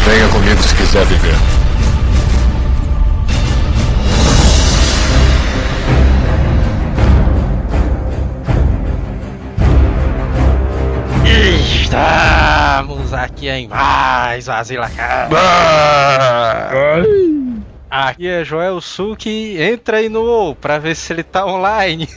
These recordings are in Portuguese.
Venha comigo se quiser viver. Estamos aqui em mais AsilaCast. Aqui é Joel Suki. Entra aí no pra ver se ele tá online.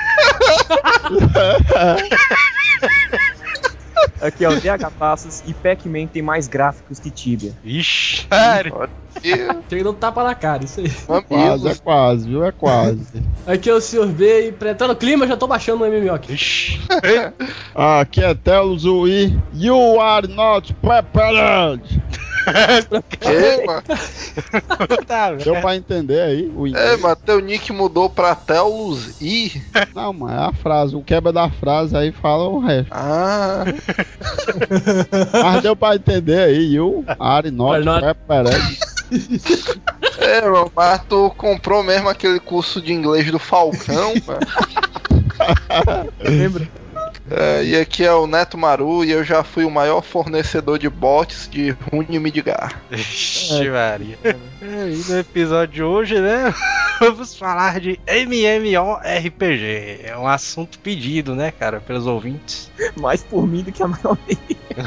Aqui é o DH Passos e Pac-Man tem mais gráficos que Tibia. Ixi, Chega dando tapa na cara, isso aí. Quase, é quase, viu? É quase. Aqui é o Sr. B e pra entrar no clima já tô baixando o MMO aqui. ixi. Aqui é Teluzu e You are not prepared. Que, mano? Tá, Deu pra entender aí o inglês? É, mas teu nick mudou pra Telos I. Não, mano, é a frase. O quebra da frase aí fala o resto. Ah, Mas deu pra entender aí. You are not prepared. é, mano, mas tu comprou mesmo aquele curso de inglês do Falcão, mano. Lembra? É, e aqui é o Neto Maru e eu já fui o maior fornecedor de bots de Rune Midgar. Ixi, Maria. E no episódio de hoje, né? Vamos falar de MMORPG. É um assunto pedido, né, cara, pelos ouvintes. Mais por mim do que a maioria.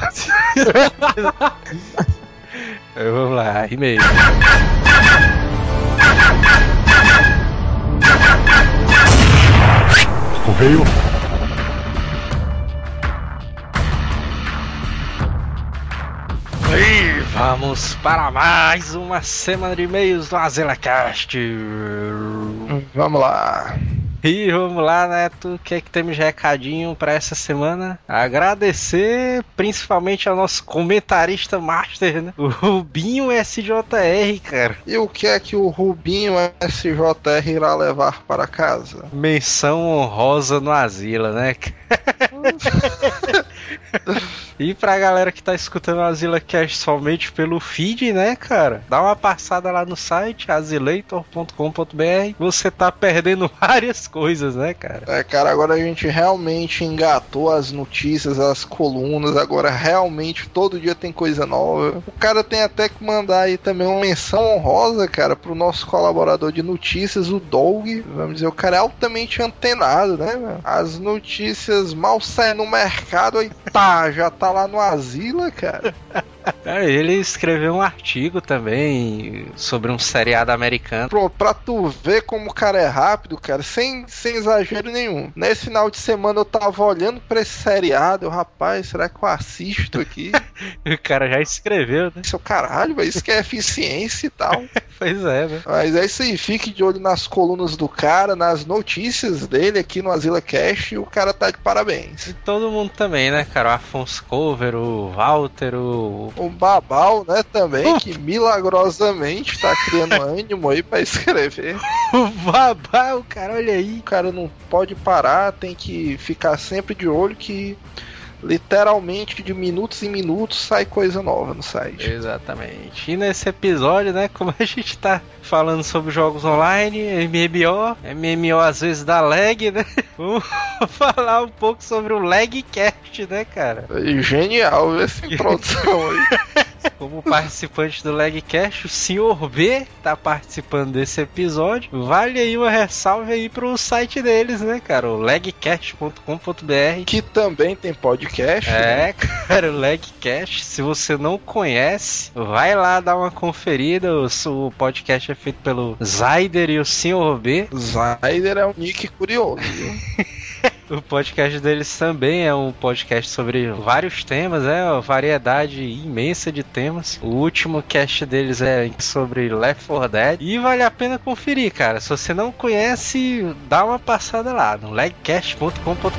Vamos lá, e-mail. Correio. E vamos para mais uma semana de e-mails do AsilaCast. Vamos lá. E vamos lá, Neto, o que é que temos de recadinho para essa semana? Agradecer principalmente ao nosso comentarista master, né? O Rubinho SJR, cara. E o que é que o Rubinho SJR irá levar para casa? Menção honrosa no Asila, né? E pra galera que tá escutando o AsilaCast somente pelo feed, né, cara? Dá uma passada lá no site, asilator.com.br. Você tá perdendo várias coisas, né, cara? É, cara, agora a gente realmente engatou as notícias, as colunas. Agora realmente todo dia tem coisa nova. O cara tem até que mandar aí também uma menção honrosa, cara, pro nosso colaborador de notícias, o Doug. Vamos dizer, o cara é altamente antenado, né, meu? As notícias mal saem no mercado e tá, já tá lá no Asila, cara. Ele escreveu um artigo também sobre um seriado americano. Pra tu ver como o cara é rápido, cara, sem exagero nenhum. Nesse final de semana eu tava olhando pra esse seriado, rapaz, será que eu assisto aqui? O cara já escreveu, né? Seu caralho, mas isso que é eficiência e tal. Pois é, né? Mas é isso aí, fique de olho nas colunas do cara, nas notícias dele aqui no AsilaCast, e o cara tá de parabéns. E todo mundo também, né, cara? O Afonso Cover, o Walter, o Babal, né, também, que milagrosamente tá criando ânimo aí pra escrever. O Babal, cara, olha aí. O cara não pode parar, tem que ficar sempre de olho que literalmente de minutos em minutos sai coisa nova no site. Exatamente. E nesse episódio, né, como a gente tá falando sobre jogos online, MMO às vezes dá lag, né? Vamos falar um pouco sobre o Lagcast, né, cara? Genial essa introdução aí. Como participante do Lagcast, o Sr. B tá participando desse episódio. Vale aí uma ressalva aí pro site deles, né, cara? O lagcast.com.br, que também tem podcast. É, cara, o Lagcast. Se você não conhece, vai lá dar uma conferida. O podcast é feito pelo Zyder e o Sr. B. Zyder é um nick curioso. O podcast deles também é um podcast sobre vários temas, uma variedade imensa de temas. O último cast deles é sobre Left 4 Dead e vale a pena conferir, cara. Se você não conhece, dá uma passada lá no lagcast.com.br.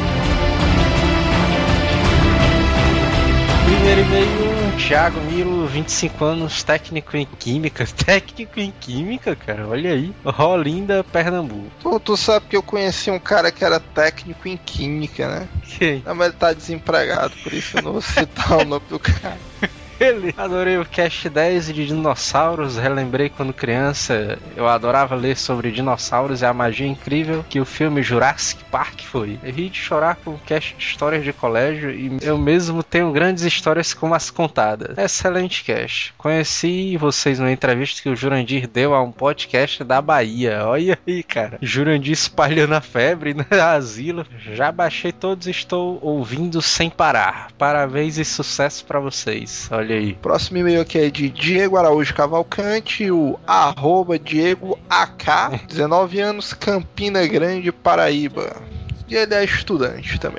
Primeiro e-mail, Thiago Milo, 25 anos, técnico em química. Técnico em química, cara, olha aí. Rolinda, Pernambuco. Tu sabe que eu conheci um cara que era técnico em química, né? Quem? Não, mas ele tá desempregado, por isso eu não vou citar o nome do cara. Ele adorei o Cast 10 de dinossauros. Relembrei quando criança eu adorava ler sobre dinossauros e a magia incrível que o filme Jurassic Park foi. Eu ri de chorar com o cast de histórias de colégio e eu mesmo tenho grandes histórias como as contadas. Excelente cast. Conheci vocês numa entrevista que o Jurandir deu a um podcast da Bahia. Olha aí, cara. Jurandir espalhando a febre no asilo. Já baixei todos e estou ouvindo sem parar. Parabéns e sucesso pra vocês. Olha aí. Próximo e-mail aqui é de Diego Araújo Cavalcante, o @Diego AK, 19 anos, Campina Grande, Paraíba. E ele é estudante também.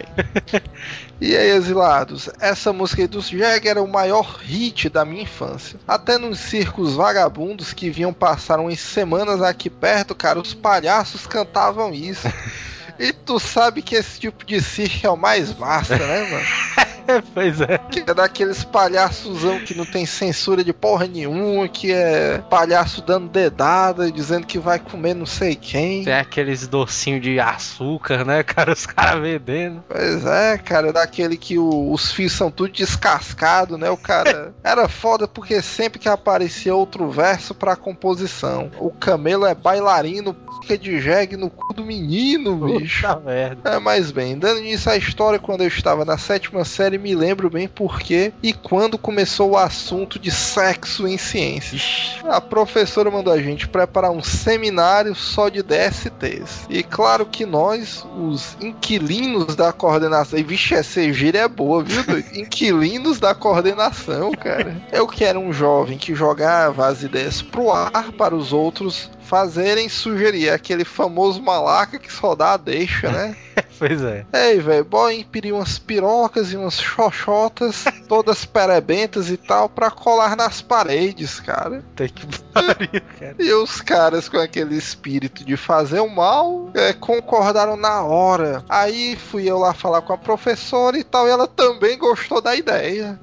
E aí, exilados, essa música aí dos Jag era o maior hit da minha infância. Até nos circos vagabundos que vinham passar umas semanas aqui perto, cara, os palhaços cantavam isso. E tu sabe que esse tipo de circo é o mais massa, né, mano? Pois é. Que é daqueles palhaçosão que não tem censura de porra nenhuma, que é palhaço dando dedada, dizendo que vai comer não sei quem. Tem aqueles docinhos de açúcar, né, cara? Os caras vendendo. Pois é, cara, daquele que os fios são tudo descascados, né? O cara era foda porque sempre que aparecia outro verso pra composição. O camelo é bailarino, pica de jegue no cu do menino, bicho. Puta merda. É, mas bem, dando início à história, quando eu estava na 7ª série, me lembro bem porquê e quando começou o assunto de sexo em ciências. A professora mandou a gente preparar um seminário só de DSTs. E claro que nós, os inquilinos da coordenação, e vixe, essa gíria é boa, viu? Inquilinos da coordenação, cara. Eu que era um jovem que jogava as ideias pro ar para os outros fazerem, sugerir aquele famoso malaca que só dá a deixa, né? Pois é. Ei, velho, bora impedir umas pirocas e umas xoxotas, todas perebentas e tal, pra colar nas paredes, cara. Tem que pariu, cara. E os caras com aquele espírito de fazer o mal, concordaram na hora. Aí fui eu lá falar com a professora e tal, e ela também gostou da ideia.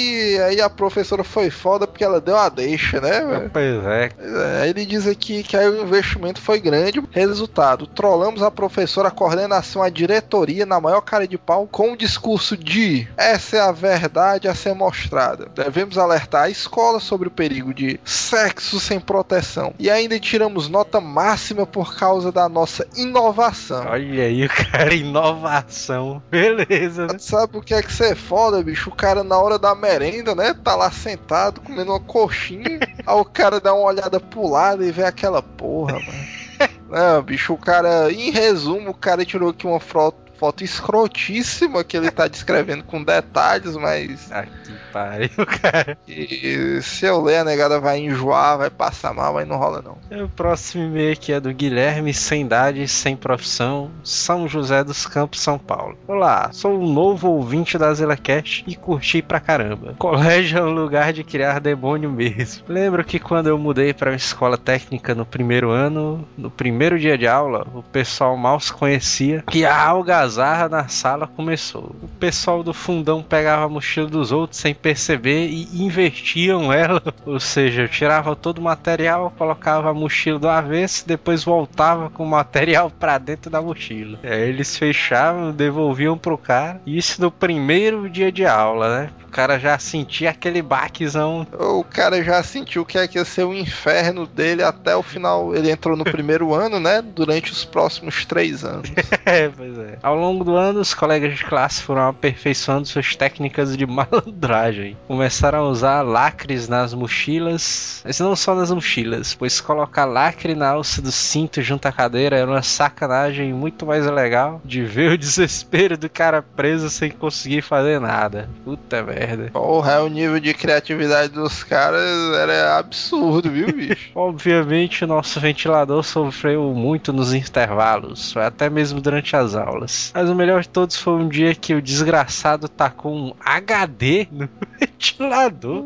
Aí a professora foi foda porque ela deu a deixa, né, velho? Pois é. Ele diz aqui que aí o investimento foi grande. Resultado, trollamos a professora, a coordenação, a diretoria na maior cara de pau com o discurso de essa é a verdade a ser mostrada. Devemos alertar a escola sobre o perigo de sexo sem proteção. E ainda tiramos nota máxima por causa da nossa inovação. Olha aí, cara, inovação. Beleza, né? Sabe o que é que você é foda, bicho? O cara na hora da merenda, né? Tá lá sentado comendo uma coxinha. Aí o cara dá uma olhada pro lado e vê aquela porra, mano. Não, bicho, o cara, em resumo, o cara tirou aqui uma foto escrotíssima que ele tá descrevendo com detalhes, mas... Ah, que pariu, cara. E se eu ler, a negada vai enjoar, vai passar mal, mas não rola não. O próximo e-mail aqui é do Guilherme, sem idade, sem profissão, São José dos Campos, São Paulo. Olá, sou um novo ouvinte da ZilaCast e curti pra caramba. Colégio é um lugar de criar demônio mesmo. Lembro que quando eu mudei pra uma escola técnica no primeiro ano, no primeiro dia de aula, o pessoal mal se conhecia e a algazarra na sala começou. O pessoal do fundão pegava a mochila dos outros sem perceber e invertiam ela, ou seja, tirava todo o material, colocava a mochila do avesso, depois voltava com o material pra dentro da mochila. Aí eles fechavam, devolviam pro cara, isso no primeiro dia de aula, né? O cara já sentia aquele baquezão. O cara já sentiu que ia ser o inferno dele até o final. Ele entrou no primeiro ano, né? Durante os próximos 3 anos. Pois é. Ao longo do ano, os colegas de classe foram aperfeiçoando suas técnicas de malandragem. Começaram a usar lacres nas mochilas, mas não só nas mochilas, pois colocar lacre na alça do cinto junto à cadeira era uma sacanagem muito mais legal de ver o desespero do cara preso sem conseguir fazer nada. Puta merda. Porra, o nível de criatividade dos caras era absurdo, viu, bicho? Obviamente, o nosso ventilador sofreu muito nos intervalos, até mesmo durante as aulas. Mas o melhor de todos foi um dia que o desgraçado tacou um HD no ventilador.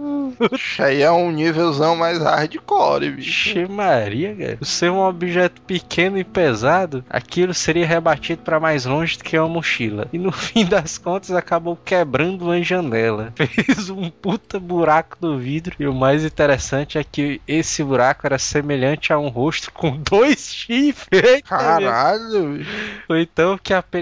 Aí é um nívelzão mais hardcore, bicho. Xe Maria, cara. Por ser um objeto pequeno e pesado, aquilo seria rebatido para mais longe do que uma mochila. E no fim das contas acabou quebrando uma janela. Fez um puta buraco no vidro. E o mais interessante é que esse buraco era semelhante a um rosto com 2 chifres. Caralho, bicho. Foi então que a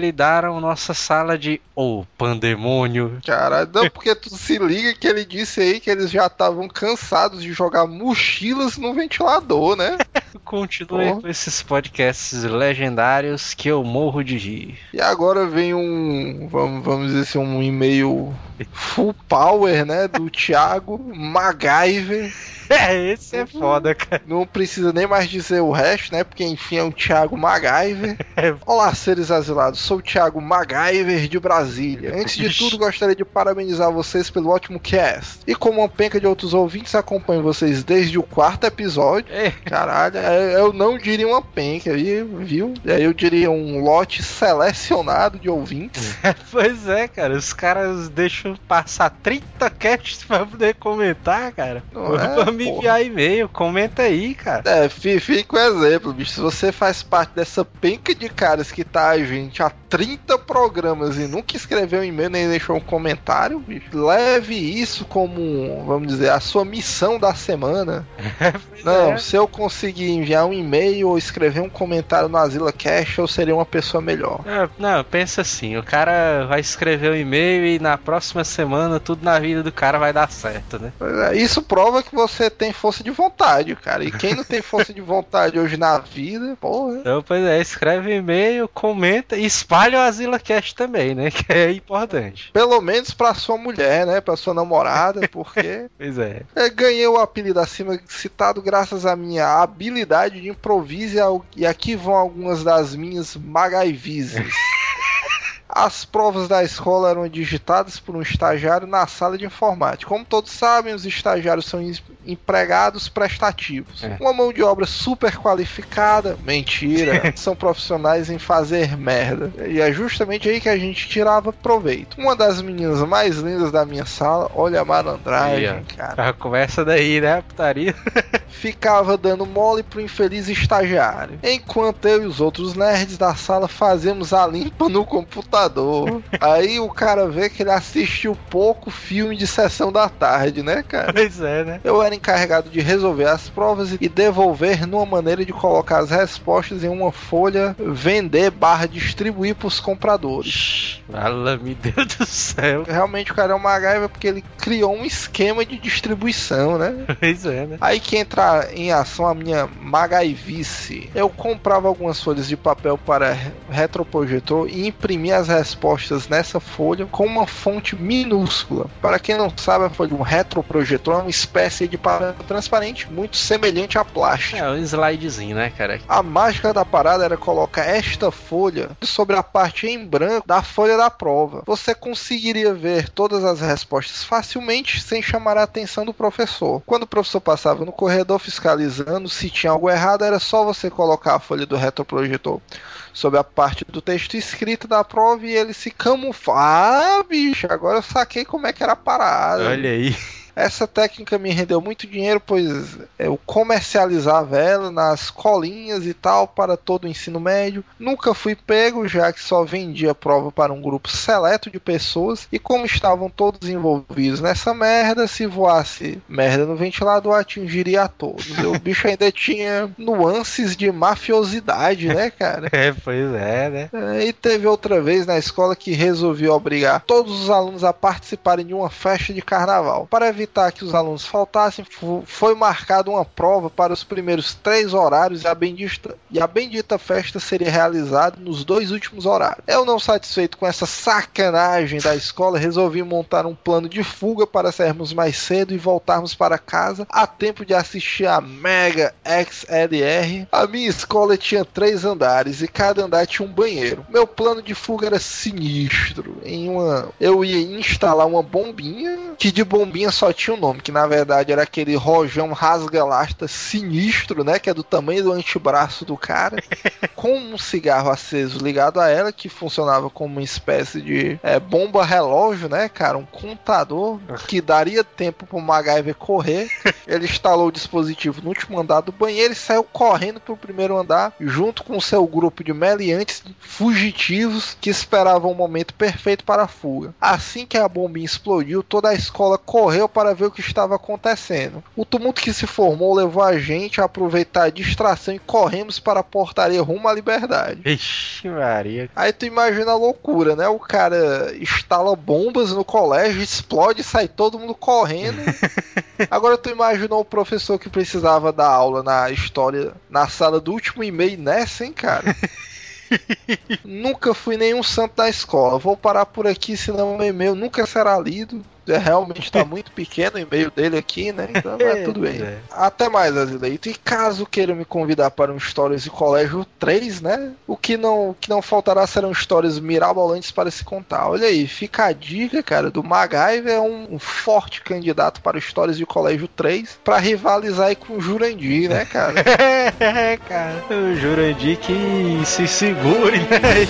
apelidaram nossa sala de O Pandemônio. Caralho, não, porque tu se liga que ele disse aí que eles já estavam cansados de jogar mochilas no ventilador, né? Continue com esses podcasts legendários que eu morro de rir. E agora vem vamos dizer assim, um e-mail full power, né, do Thiago MacGyver. Esse é foda, cara. Não precisa nem mais dizer o resto, né? Porque enfim é o Thiago MacGyver. Olá, seres asilados. Sou o Thiago MacGyver de Brasília. Antes de tudo, gostaria de parabenizar vocês pelo ótimo cast. E como uma penca de outros ouvintes, acompanho vocês desde o 4º episódio. Caralho, eu não diria uma penca, viu? Eu diria um lote selecionado de ouvintes. Pois é, cara. Os caras deixam passar 30 casts pra poder comentar, cara. Não me enviar e-mail, comenta aí, cara. Fica o exemplo, bicho. Se você faz parte dessa penca de caras que tá a gente há 30 programas e nunca escreveu um e-mail nem deixou um comentário, bicho, leve isso como, vamos dizer, a sua missão da semana. Se eu conseguir enviar um e-mail ou escrever um comentário no Azila Cash, eu seria uma pessoa melhor. Não, pensa assim, o cara vai escrever um e-mail e na próxima semana tudo na vida do cara vai dar certo, né? Isso prova que você tem força de vontade, cara. E quem não tem força de vontade hoje na vida, porra. Então, pois é, escreve um e-mail, comenta e espalha o Azila Cast também, né? Que é importante. Pelo menos pra sua mulher, né? Pra sua namorada, porque... Pois é. Ganhei o apelido acima citado graças à minha habilidade de improviso e aqui vão algumas das minhas magaivises. As provas da escola eram digitadas por um estagiário na sala de informática. Como todos sabem, os estagiários são empregados prestativos. Uma mão de obra super qualificada. Mentira. São profissionais em fazer merda. E é justamente aí que a gente tirava proveito. Uma das meninas mais lindas da minha sala, olha a malandragem, cara. Começa daí, né, putaria? Ficava dando mole pro infeliz estagiário. Enquanto eu e os outros nerds da sala fazemos a limpa no computador. Aí o cara vê que ele assistiu pouco filme de sessão da tarde, né, cara? Pois é, né? Eu era encarregado de resolver as provas e devolver numa maneira de colocar as respostas em uma folha, vender/distribuir pros compradores. Fala-me, Deus do céu. Realmente o cara é uma MacGyver porque ele criou um esquema de distribuição, né? Pois é, né? Aí que entra em ação a minha MacGyvice. Eu comprava algumas folhas de papel para retroprojetor e imprimia as respostas nessa folha com uma fonte minúscula. Para quem não sabe, a folha de um retroprojetor é uma espécie de papel transparente muito semelhante a plástico. É um slidezinho, né, cara? A mágica da parada era colocar esta folha sobre a parte em branco da folha da prova. Você conseguiria ver todas as respostas facilmente sem chamar a atenção do professor. Quando o professor passava no corredor fiscalizando se tinha algo errado, era só você colocar a folha do retroprojetor sobre a parte do texto escrito da prova e ele se camufla. Bicho, agora eu saquei como é que era a parada. Olha aí. Essa técnica me rendeu muito dinheiro, pois eu comercializava ela nas colinhas e tal para todo o ensino médio. Nunca fui pego, já que só vendia prova para um grupo seleto de pessoas. E como estavam todos envolvidos nessa merda, se voasse merda no ventilador, atingiria a todos. O bicho ainda tinha nuances de mafiosidade, né, cara? Pois é, né? E teve outra vez na escola que resolvi obrigar todos os alunos a participarem de uma festa de carnaval. Para evitar que os alunos faltassem, foi marcada uma prova para os primeiros 3 horários e a bendita festa seria realizada nos 2 últimos horários. Eu, não satisfeito com essa sacanagem da escola, resolvi montar um plano de fuga para sairmos mais cedo e voltarmos para casa a tempo de assistir a Mega XLR. A minha escola tinha 3 andares e cada andar tinha um banheiro. Meu plano de fuga era sinistro. Eu ia instalar uma bombinha, que de bombinha só tinha um nome, que na verdade era aquele rojão rasga-lasta sinistro, né, que é do tamanho do antebraço do cara, com um cigarro aceso ligado a ela, que funcionava como uma espécie de bomba relógio, né, cara, um contador que daria tempo pro MacGyver correr. Ele instalou o dispositivo no último andar do banheiro e saiu correndo pro primeiro andar, junto com seu grupo de meliantes fugitivos que esperavam o momento perfeito para a fuga. Assim que a bombinha explodiu, toda a escola correu para para ver o que estava acontecendo. O tumulto que se formou levou a gente a aproveitar a distração e corremos para a portaria rumo à liberdade. Ixi, Maria. Aí tu imagina a loucura, né? O cara instala bombas no colégio, explode, sai todo mundo correndo. Agora tu imaginou o professor que precisava dar aula na história na sala do último e-mail nessa, hein, cara? Nunca fui nenhum santo da escola. Vou parar por aqui, senão o meu e-mail nunca será lido. Realmente tá muito pequeno o e-mail dele aqui, né? Então tudo bem. Até mais, Azileito. E caso queira me convidar para um Histórias de Colégio 3, né? O que não faltará serão histórias mirabolantes para se contar. Olha aí, fica a dica, cara, do MacGyver é um forte candidato para o Histórias de Colégio 3 para rivalizar aí com o Jurandir, né, cara? Cara, o Jurandir que se segure, né?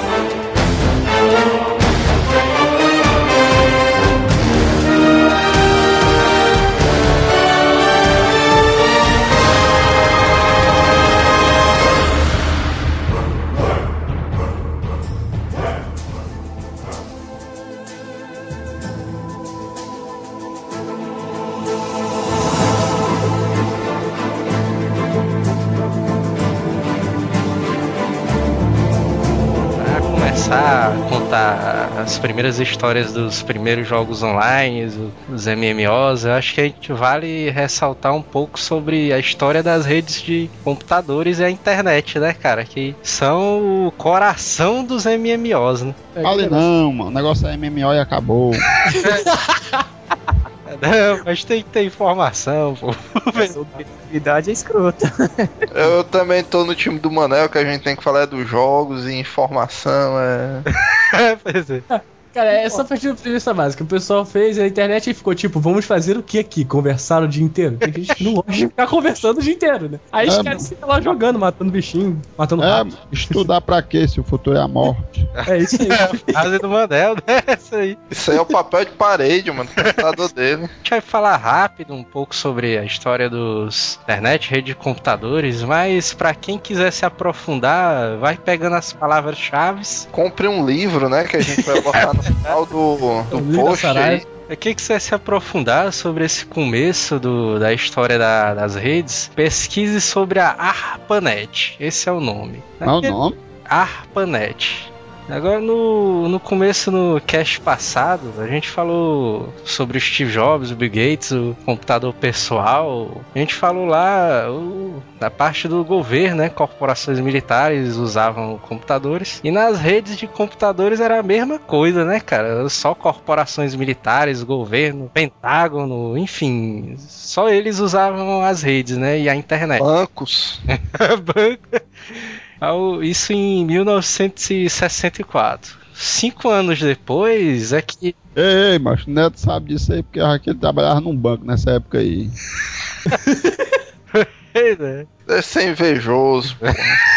A contar as primeiras histórias dos primeiros jogos online, dos MMOs, eu acho que a gente vale ressaltar um pouco sobre a história das redes de computadores e a internet, né, cara? Que são o coração dos MMOs, né? Fale não, mano. O negócio é MMO e acabou. Não, mas tem que ter informação, pô. Essa objetividade é escrota. Eu também tô no time do Manel, que a gente tem que falar dos jogos e informação, Pois é. Cara, é só partir da premissa básica. O pessoal fez a internet e ficou tipo, vamos fazer o que aqui? Conversar o dia inteiro? Tem gente que não gosta de ficar conversando o dia inteiro, né? Aí os caras ficam lá jogando, matando bichinho, matando rato. Estudar pra quê, se o futuro é a morte? É isso aí. Asa do Manel, né? Isso aí é o papel de parede, mano, do computador dele. A gente vai falar rápido um pouco sobre a história dos internet, rede de computadores, mas pra quem quiser se aprofundar, vai pegando as palavras-chave. Compre um livro, né, que a gente vai botar no final do post aí. Quem quiser se aprofundar sobre esse começo da história das redes, pesquise sobre a ARPANET. Esse é o nome. Qual o nome? ARPANET. Agora no começo, no cast passado, a gente falou sobre o Steve Jobs, o Bill Gates, o computador pessoal. A gente falou lá da parte do governo, né? Corporações militares usavam computadores. E nas redes de computadores era a mesma coisa, né, cara? Só corporações militares, governo, Pentágono, enfim. Só eles usavam as redes, né? E a internet. Bancos. Banco. Isso em 1964. 5 anos depois é que... Ei, macho, o Neto sabe disso aí, porque ele trabalhava num banco nessa época aí. Deve ser invejoso, pô.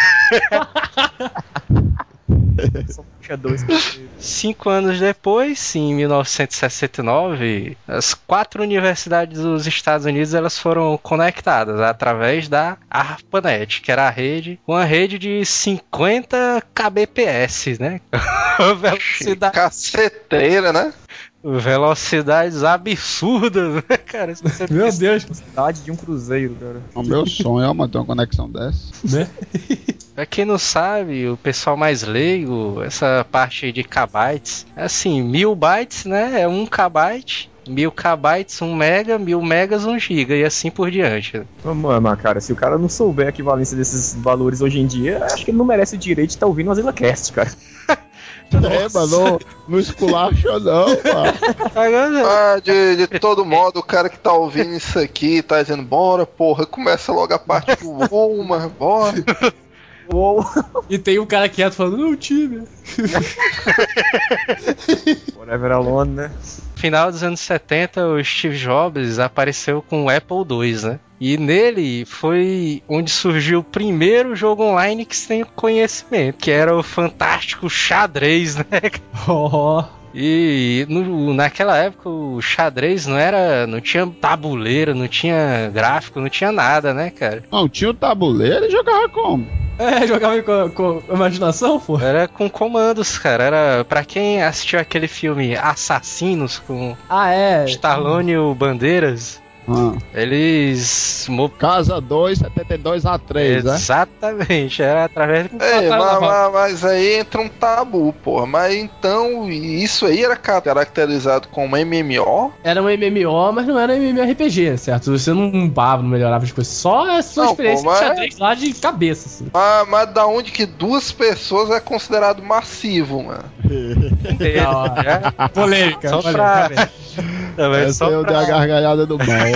5 anos depois, em 1969, as 4 universidades dos Estados Unidos elas foram conectadas através da ARPANET, que era uma rede de 50 kbps, né? Velocidade caceteira, né? Velocidades absurdas, né, cara? Meu Deus, velocidade de um cruzeiro, cara. O meu sonho é manter uma conexão dessa, né? Pra quem não sabe, o pessoal mais leigo, essa parte de kbytes, assim, 1000 bytes, né, é 1 kbyte, 1000 kbytes, 1 mega, 1000 megas, 1 giga, e assim por diante. Mano, cara, se o cara não souber a equivalência desses valores hoje em dia, acho que ele não merece o direito de estar ouvindo o ZilaCast, cara. Mano, não esculacha não, mano. De todo modo, o cara que tá ouvindo isso aqui tá dizendo, bora, porra, começa logo a parte do WoW, mas bora. WoW. E tem um cara quieto falando, não, time. Whatever alone, né? Final dos anos 70, o Steve Jobs apareceu com o Apple II, né? E nele foi onde surgiu o primeiro jogo online que se tem conhecimento, que era o fantástico xadrez, né? E naquela época o xadrez não tinha tabuleiro, não tinha gráfico, não tinha nada, né, cara? Não, tinha o tabuleiro e jogava como? Jogava com imaginação, pô? Era com comandos, cara. Era pra quem assistiu aquele filme Assassinos com Stallone e o Bandeiras. Eles... Casa 2, 72-3, né? Exatamente, era através do... mas aí entra um tabu, porra. Mas então, isso aí era caracterizado como MMO? Era um MMO, mas não era um MMORPG, certo? Você não não melhorava de coisa. Só a sua experiência de xadrez lá de cabeça, assim. Mas da onde que 2 pessoas é considerado massivo, mano? Polêmica. Só pra... Essa eu dei a gargalhada do mal.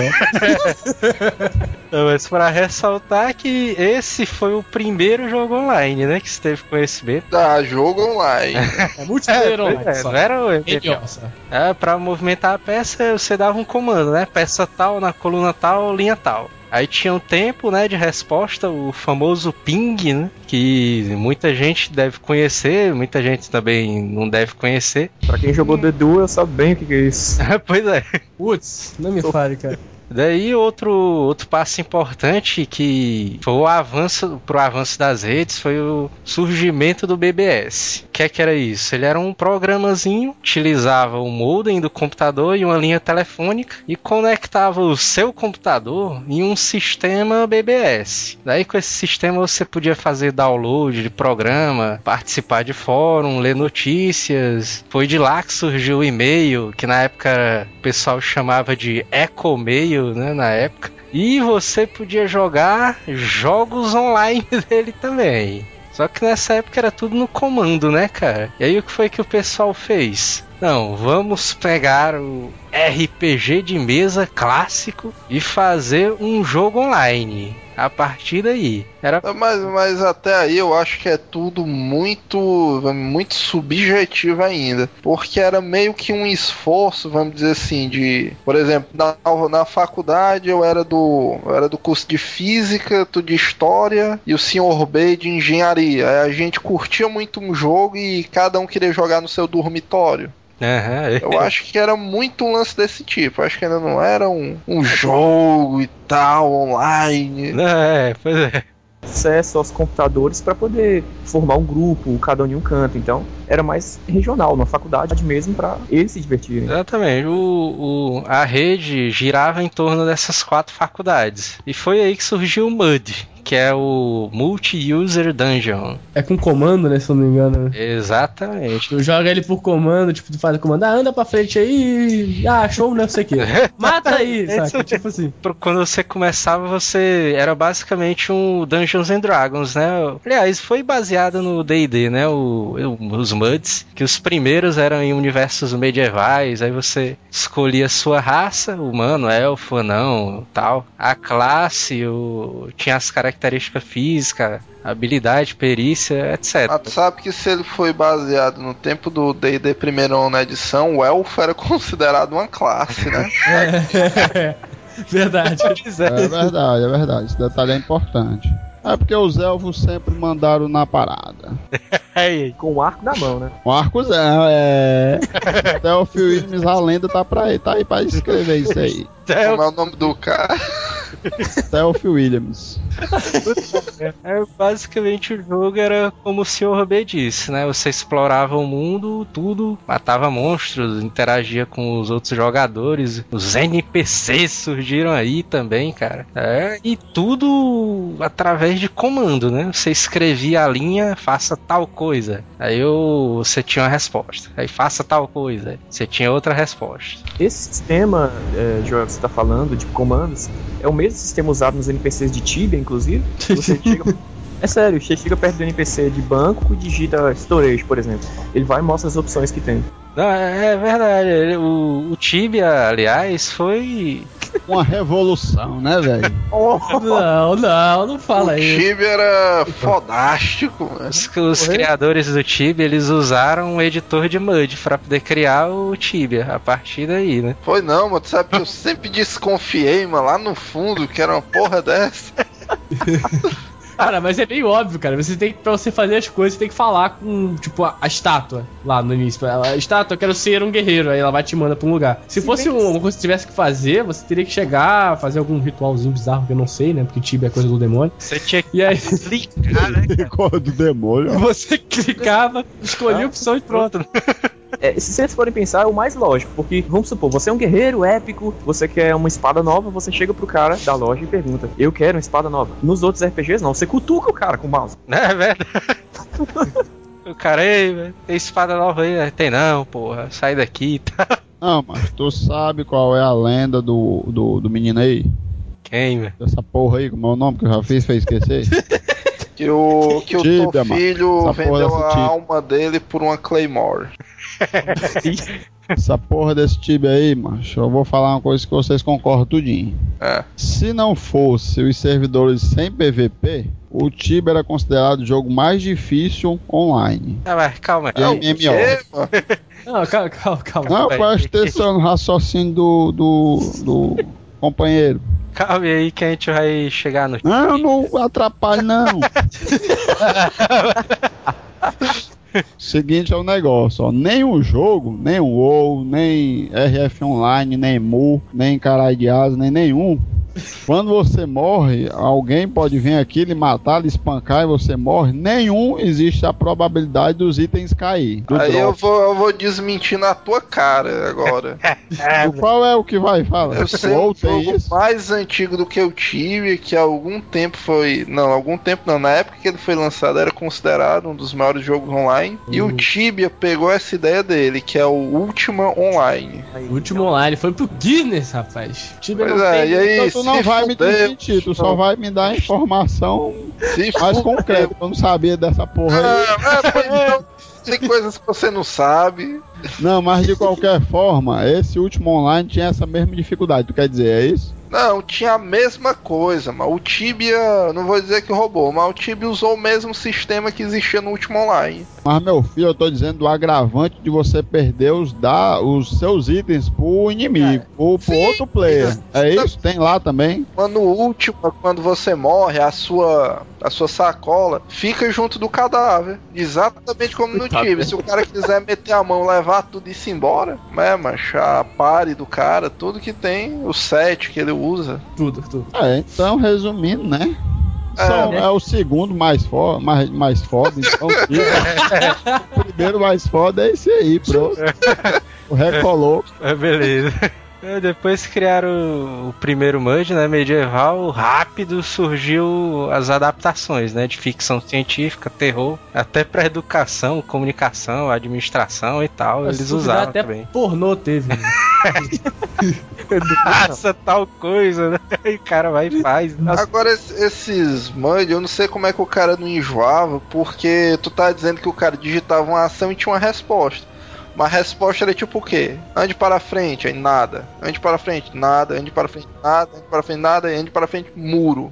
Mas pra ressaltar que esse foi o primeiro jogo online, né? Que você teve conhecimento. Jogo online. É multiplayer online. Não era o MMO. Pra movimentar a peça, você dava um comando, né? Peça tal, na coluna tal, linha tal. Aí tinha um tempo, né, de resposta, o famoso ping, né, que muita gente deve conhecer, muita gente também não deve conhecer. Pra quem jogou The Duel, sabe bem o que é isso. Pois é. Putz, não me fale, cara. Daí outro passo importante que foi pro avanço das redes foi o surgimento do BBS. O que era isso? Ele era um programazinho, utilizava o modem do computador e uma linha telefônica e conectava o seu computador em um sistema BBS. Daí com esse sistema você podia fazer download de programa, participar de fórum, ler notícias. Foi de lá que surgiu o e-mail, que na época o pessoal chamava de Ecomail, né, na época. E você podia jogar jogos online dele também. Só que nessa época era tudo no comando, né, cara? E aí o que foi que o pessoal fez? Não, vamos pegar o RPG de mesa clássico e fazer um jogo online. A partir daí. Mas até aí eu acho que é tudo muito subjetivo ainda. Porque era meio que um esforço, vamos dizer assim, de... Por exemplo, na faculdade eu era do curso de física, tu de história e o senhor B de engenharia. Aí a gente curtia muito um jogo e cada um queria jogar no seu dormitório. Eu acho que era muito um lance desse tipo. Eu acho que ainda não era um jogo e tal, online. Pois é. Acesso aos computadores para poder formar um grupo, cada um em um canto. Então era mais regional, na faculdade mesmo, para eles se divertirem. Exatamente. A rede girava em torno dessas 4 faculdades. E foi aí que surgiu o MUD, que é o Multi-User Dungeon. É com comando, né, se eu não me engano. Exatamente. Tu joga ele por comando, tipo, tu faz o comando, anda pra frente aí, show, não sei o que. Mata aí, saca? Tipo assim. Quando você começava, você era basicamente um Dungeons and Dragons, né? Aliás, foi baseado no D&D, né? Os MUDs, que os primeiros eram em universos medievais, aí você escolhia a sua raça, humano, elfo, anão, tal. A classe, tinha as características físicas, habilidade, perícia, etc. Mas tu sabe que se ele foi baseado no tempo do D&D primeiro na edição, o elfo era considerado uma classe, né? Verdade. É verdade. Esse detalhe é importante. É porque os elfos sempre mandaram na parada. Com o arco na mão, né? Com arcozão, Delphi Williams, a lenda tá aí pra escrever isso aí. Como é o nome do cara? Delphi Williams. Basicamente o jogo era como o Sr. B disse, né? Você explorava o mundo, tudo, matava monstros, interagia com os outros jogadores, os NPCs surgiram aí também, cara. E tudo através de comando, né? Você escrevia a linha, faça tal coisa. Aí você tinha uma resposta. Aí faça tal coisa. Aí você tinha outra resposta. Esse sistema, Joel, que você tá falando, de comandos, é o mesmo sistema usado nos NPCs de Tibia, inclusive. Você chega... É sério, você chega perto do NPC de banco e digita storage, por exemplo. Ele vai e mostra as opções que tem. Não, é verdade. O Tibia, aliás, foi uma revolução, né, velho? Não fala isso. O Tibia era fodástico, mano. Os criadores do Tibia, eles usaram um editor de MUD pra poder criar o Tibia, a partir daí, né? Foi não, mano. Tu sabe que eu sempre desconfiei, mano, lá no fundo, que era uma porra dessa. Cara, mas é bem óbvio, cara. Você tem que, pra você fazer as coisas, você tem que falar com, tipo, a estátua lá no início. A estátua, eu quero ser um guerreiro. Aí ela vai te mandar pra um lugar. Se fosse uma coisa que você tivesse que fazer, você teria que chegar, fazer algum ritualzinho bizarro que eu não sei, né? Porque Tibia é coisa do demônio. Você tinha que E aí, clicar, né, cara? Coisa do demônio. você clicava, escolhia a opção e pronto. Se vocês forem pensar, é o mais lógico, porque, vamos supor, você é um guerreiro épico, você quer uma espada nova, você chega pro cara da loja e pergunta, eu quero uma espada nova. Nos outros RPGs não, você cutuca o cara com o mouse. É verdade. O cara, ei, velho, tem espada nova aí? Tem não, porra, sai daqui e tal. Não, mas tu sabe qual é a lenda do menino aí? Quem, velho? Dessa porra aí, como é o nome que eu já fiz, fez esquecer? Que o Tibia, teu filho mano. Essa porra vendeu dessa a Tibia. alma dele por uma Claymore. Essa porra desse Tibia aí, macho, eu vou falar uma coisa que vocês concordam tudinho. É. Se não fosse os servidores sem PVP, o Tibia era considerado o jogo mais difícil online. Ah, mas calma E aí. MMO. Não, calma. Não, vai. presta atenção no raciocínio do companheiro. Calma aí que a gente vai chegar no... Não, não atrapalhe não. Seguinte é o negócio, ó. Nem o jogo, nem o WoW, nem RF Online, nem Mu, nem Caralho de Asa, nem nenhum. Quando você morre, alguém pode vir aqui, lhe matar, lhe espancar e você morre. Nenhum existe a probabilidade dos itens cair. Aí eu vou desmentir na tua cara agora. Qual é o que vai falar? Eu sei WoW um tem jogo isso? mais antigo do que eu tive, que há algum tempo foi... Não, algum tempo não, na época que ele foi lançado era considerado um dos maiores jogos online. E o Tibia pegou essa ideia dele, que é o Ultima Online. O último online foi pro Guinness, rapaz. Tibia Pois não é, tem... e aí Então tu não se vai me fuder, desmentir, tu só vai me dar informação se mais fuder. concreta. Eu não sabia dessa porra aí. Pois então, tem coisas que você não sabe. Não, mas de qualquer forma, esse último online tinha essa mesma dificuldade. Tu quer dizer, é isso? Não, tinha a mesma coisa, mas o Tibia, não vou dizer que roubou, mas o Tibia usou o mesmo sistema que existia no último online. Mas meu filho, eu tô dizendo do agravante de você perder os seus itens pro inimigo, pro outro player. É isso? Tem lá também? Mas no último, quando você morre, a sua sacola fica junto do cadáver. Exatamente como no Tibia. Se o cara quiser meter a mão, levar tudo e ir embora, né, macho? A pare do cara, tudo que tem, o set que ele usa. Tudo. Então, resumindo, né? né? É o segundo mais foda, então o primeiro mais foda é esse aí, pronto. O recolou. Beleza. Depois criaram o primeiro MUD, né, medieval, rápido surgiu as adaptações, né, de ficção científica, terror, até pra educação, comunicação, administração e tal, eles usaram até também. Pornô teve, né? Faça tal coisa, né? E o cara vai e faz. Agora esses MUD, eu não sei como é que o cara não enjoava, porque tu tá dizendo que o cara digitava uma ação e tinha uma resposta. Mas a resposta era tipo o quê? Ande para frente, aí nada. Ande para frente, nada. Ande para frente, nada. Ande para frente, nada. Ande para frente, muro.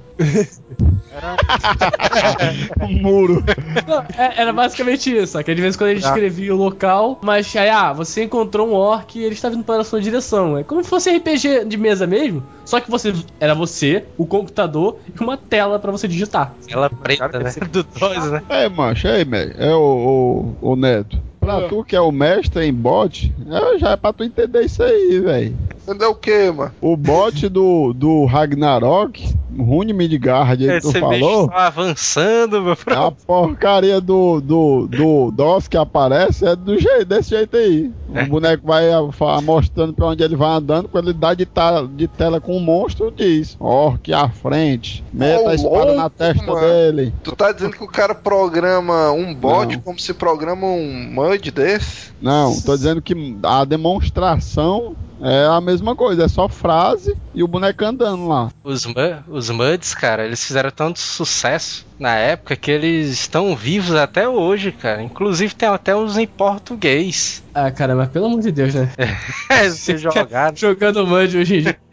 Muro. Não, era basicamente isso, só que de vez em quando ele escrevia o local, mas aí, você encontrou um orc e ele está vindo para a sua direção. É como se fosse RPG de mesa mesmo, só que era você, o computador e uma tela para você digitar. Ela preta, né? Do 2, né? Macho, é o Neto. Pra tu que é o mestre em bot, já é pra tu entender isso aí, velho. Entendeu o que, mano? O bot do Ragnarok, Rune Midgard, aí que tu falou, tá avançando, meu a porcaria do DOS que aparece é desse jeito aí. O boneco vai mostrando pra onde ele vai andando, quando ele dá de tela com o monstro, diz, orc à frente, meta a espada na testa dele. Tu tá dizendo que o cara programa um bot como se programa um MUD desse? Não, tô dizendo que a demonstração é a mesma coisa, é só frase e o boneco andando lá. Os MUDs, cara, eles fizeram tanto sucesso na época que eles estão vivos até hoje, cara. Inclusive tem até uns em português. Ah, cara, mas pelo amor de Deus, né? Ser jogado. Jogando MUD hoje em dia.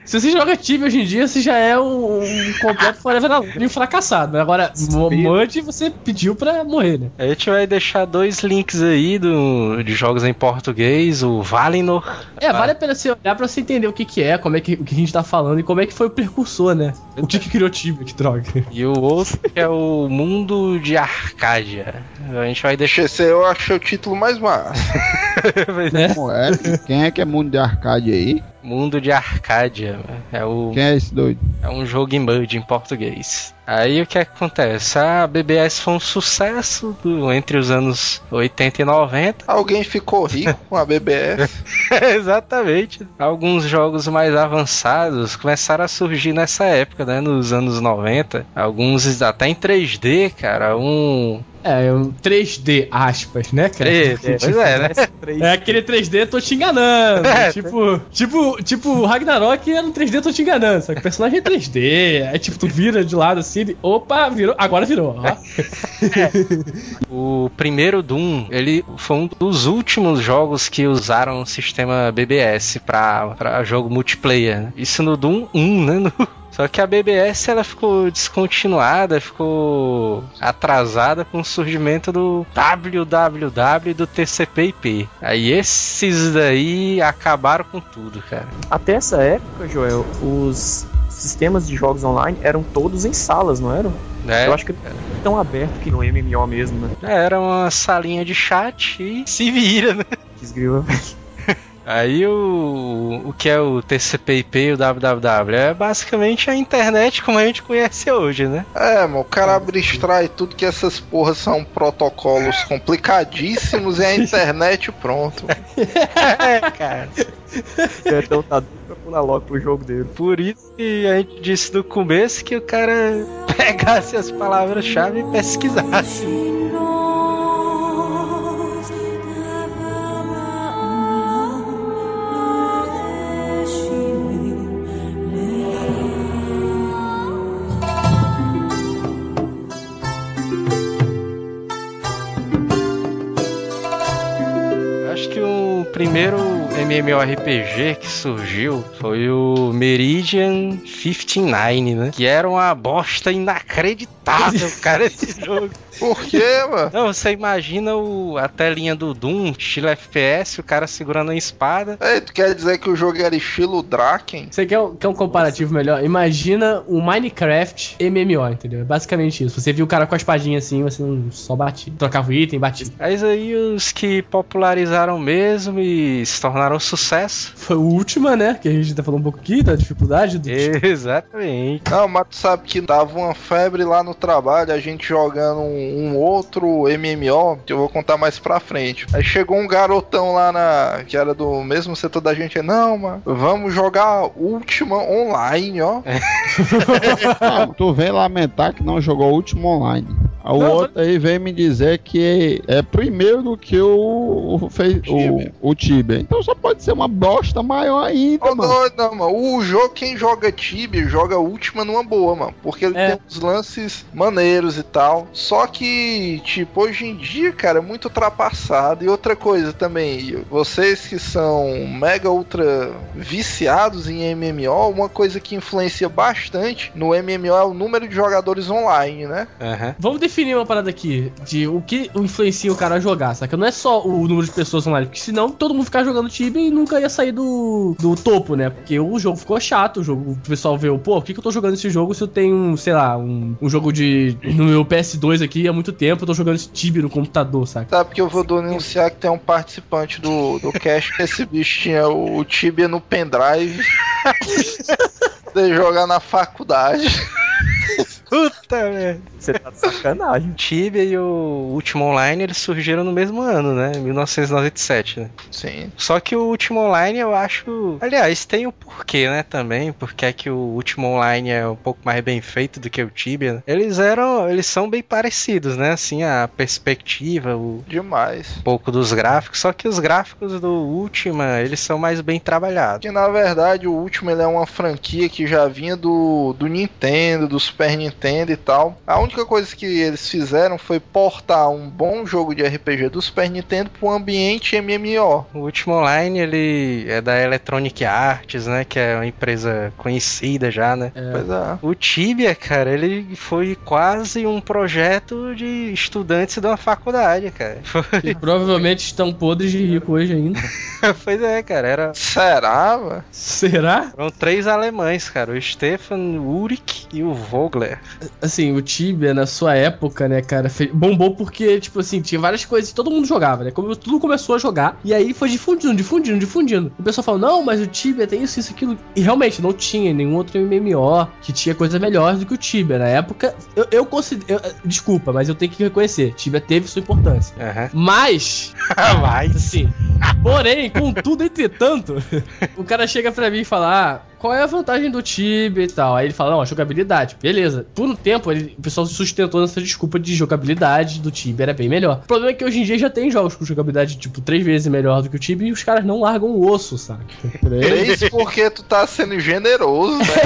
Se você joga Tibia hoje em dia, você já é um completo Forever Alone, um fracassado. Agora, Mud você pediu pra morrer, né? A gente vai deixar 2 links aí de jogos em português, o Valinor. Vale a pena você olhar pra você entender o que é, como é que o que a gente tá falando e como é que foi o precursor, né? O que criou Tibia, que droga. E o outro que é o Mundo de Arcádia. A gente vai deixar... Esse eu achei o título mais massa. Quem é que é Mundo de Arcade aí? Mundo de Arcádia. Quem é esse doido? É um jogo em MUD em português. Aí o que acontece? A BBS foi um sucesso entre os anos 80 e 90. Alguém ficou rico com a BBS. Exatamente. Alguns jogos mais avançados começaram a surgir nessa época, né? Nos anos 90. Alguns até em 3D, cara. Um 3D, aspas, né, cara? 3D, pois é, né? É aquele 3D, tô te enganando. Tipo, o Ragnarok era um 3D, tô te enganando. Só que o personagem é 3D. Aí, tipo, tu vira de lado assim. Opa, virou. Agora virou. Ó. O primeiro Doom, ele foi um dos últimos jogos que usaram o sistema BBS pra jogo multiplayer. Né? Isso no Doom 1, né? Só que a BBS ela ficou descontinuada, ficou atrasada com o surgimento do WWW e do TCP/IP. Aí esses daí acabaram com tudo, cara. Até essa época, Joel, os sistemas de jogos online eram todos em salas, não eram? Eu acho que não é tão aberto que no MMO mesmo, né? Era uma salinha de chat e se vira, né? Desgrila. Aí o que é o TCP/IP e o www? É basicamente a internet como a gente conhece hoje, né? Mano, o cara abstrai tudo que essas porras são protocolos complicadíssimos e a internet pronto. Cara. Então tá duro pra pular logo pro jogo dele. Por isso que a gente disse no começo que o cara pegasse as palavras-chave e pesquisasse. O primeiro MMORPG que surgiu foi o Meridian 59, né? Que era uma bosta inacreditável, cara, esse jogo. Por quê, mano? Não, você imagina a telinha do Doom, estilo FPS, o cara segurando a espada. Tu quer dizer que o jogo era estilo Draken? Você quer um comparativo melhor? Imagina o Minecraft MMO, entendeu? É basicamente isso. Você viu o cara com a espadinha assim, você não só batia. Trocava o item, batia. Mas aí os que popularizaram mesmo e se tornaram sucesso. Foi o último, né? Que a gente tá falando um pouco aqui da dificuldade do... Exatamente. Não, mas tu sabe que tava uma febre lá no trabalho, a gente jogando um outro MMO, que eu vou contar mais pra frente. Aí chegou um garotão lá que era do mesmo setor da gente. Não, mano, vamos jogar Ultima Online, ó. Tu vem lamentar que não jogou Ultima Online. O outro aí veio me dizer que é primeiro do que o Tibia. Então só pode ser uma bosta maior ainda, mano. Não, mano. O jogo, quem joga Tibia, joga Ultima numa boa, mano. Porque ele tem uns lances maneiros e tal. Só que, tipo, hoje em dia, cara, é muito ultrapassado. E outra coisa também, vocês que são mega ultra viciados em MMO, uma coisa que influencia bastante no MMO é o número de jogadores online, né? Uhum. Vamos definir uma parada aqui de o que influencia o cara a jogar, saca? Não é só o número de pessoas online, porque senão todo mundo ficar jogando Tibia e nunca ia sair do topo, né? Porque o jogo ficou chato, o pessoal vê, por que eu tô jogando esse jogo se eu tenho, sei lá, um jogo no meu PS2 aqui há muito tempo, eu tô jogando esse Tibia no computador, saca? Sabe que eu vou denunciar que tem um participante do cast que esse bicho tinha o Tibia no pendrive de jogar na faculdade. Puta merda. Você tá de sacanagem. O Tibia e o Ultima Online, eles surgiram no mesmo ano, né? 1997, né? Sim. Só que o Ultima Online, eu acho... Aliás, tem o porquê, né, também. Porque é que o Ultima Online é um pouco mais bem feito do que o Tibia, né? Eles são bem parecidos, né? Assim, a perspectiva, demais. Um pouco dos gráficos. Só que os gráficos do Ultima, eles são mais bem trabalhados. Que, na verdade, o Ultima ele é uma franquia que já vinha do Nintendo, do Super Nintendo. Nintendo e tal. A única coisa que eles fizeram foi portar um bom jogo de RPG do Super Nintendo pro ambiente MMO. O Ultima Online, ele é da Electronic Arts, né? Que é uma empresa conhecida já, né? Pois é. O Tibia, cara, ele foi quase um projeto de estudantes de uma faculdade, cara. E provavelmente estão podres de rico hoje ainda. Pois é, cara, era... Será, mano? Será? Foram 3 alemães, cara, o Stefan Uhrig e o Vogler. Assim, o Tibia, na sua época, né, cara, bombou porque, tipo assim, tinha várias coisas que todo mundo jogava, né? Tudo começou a jogar, e aí foi difundindo. O pessoal falou, não, mas o Tibia tem isso, aquilo. E realmente, não tinha nenhum outro MMO que tinha coisa melhor do que o Tibia. Na época, eu considero... Desculpa, mas eu tenho que reconhecer, Tibia teve sua importância. Mas, assim, porém, contudo, entretanto, o cara chega pra mim e fala, qual é a vantagem do Tibia e tal? Aí ele fala, não, a jogabilidade. Beleza. Por um tempo, o pessoal sustentou nessa desculpa de jogabilidade do Tibia era bem melhor. O problema é que hoje em dia já tem jogos com jogabilidade, tipo, 3 vezes melhor do que o Tibia e os caras não largam o osso, sabe? 3 porque tu tá sendo generoso, né?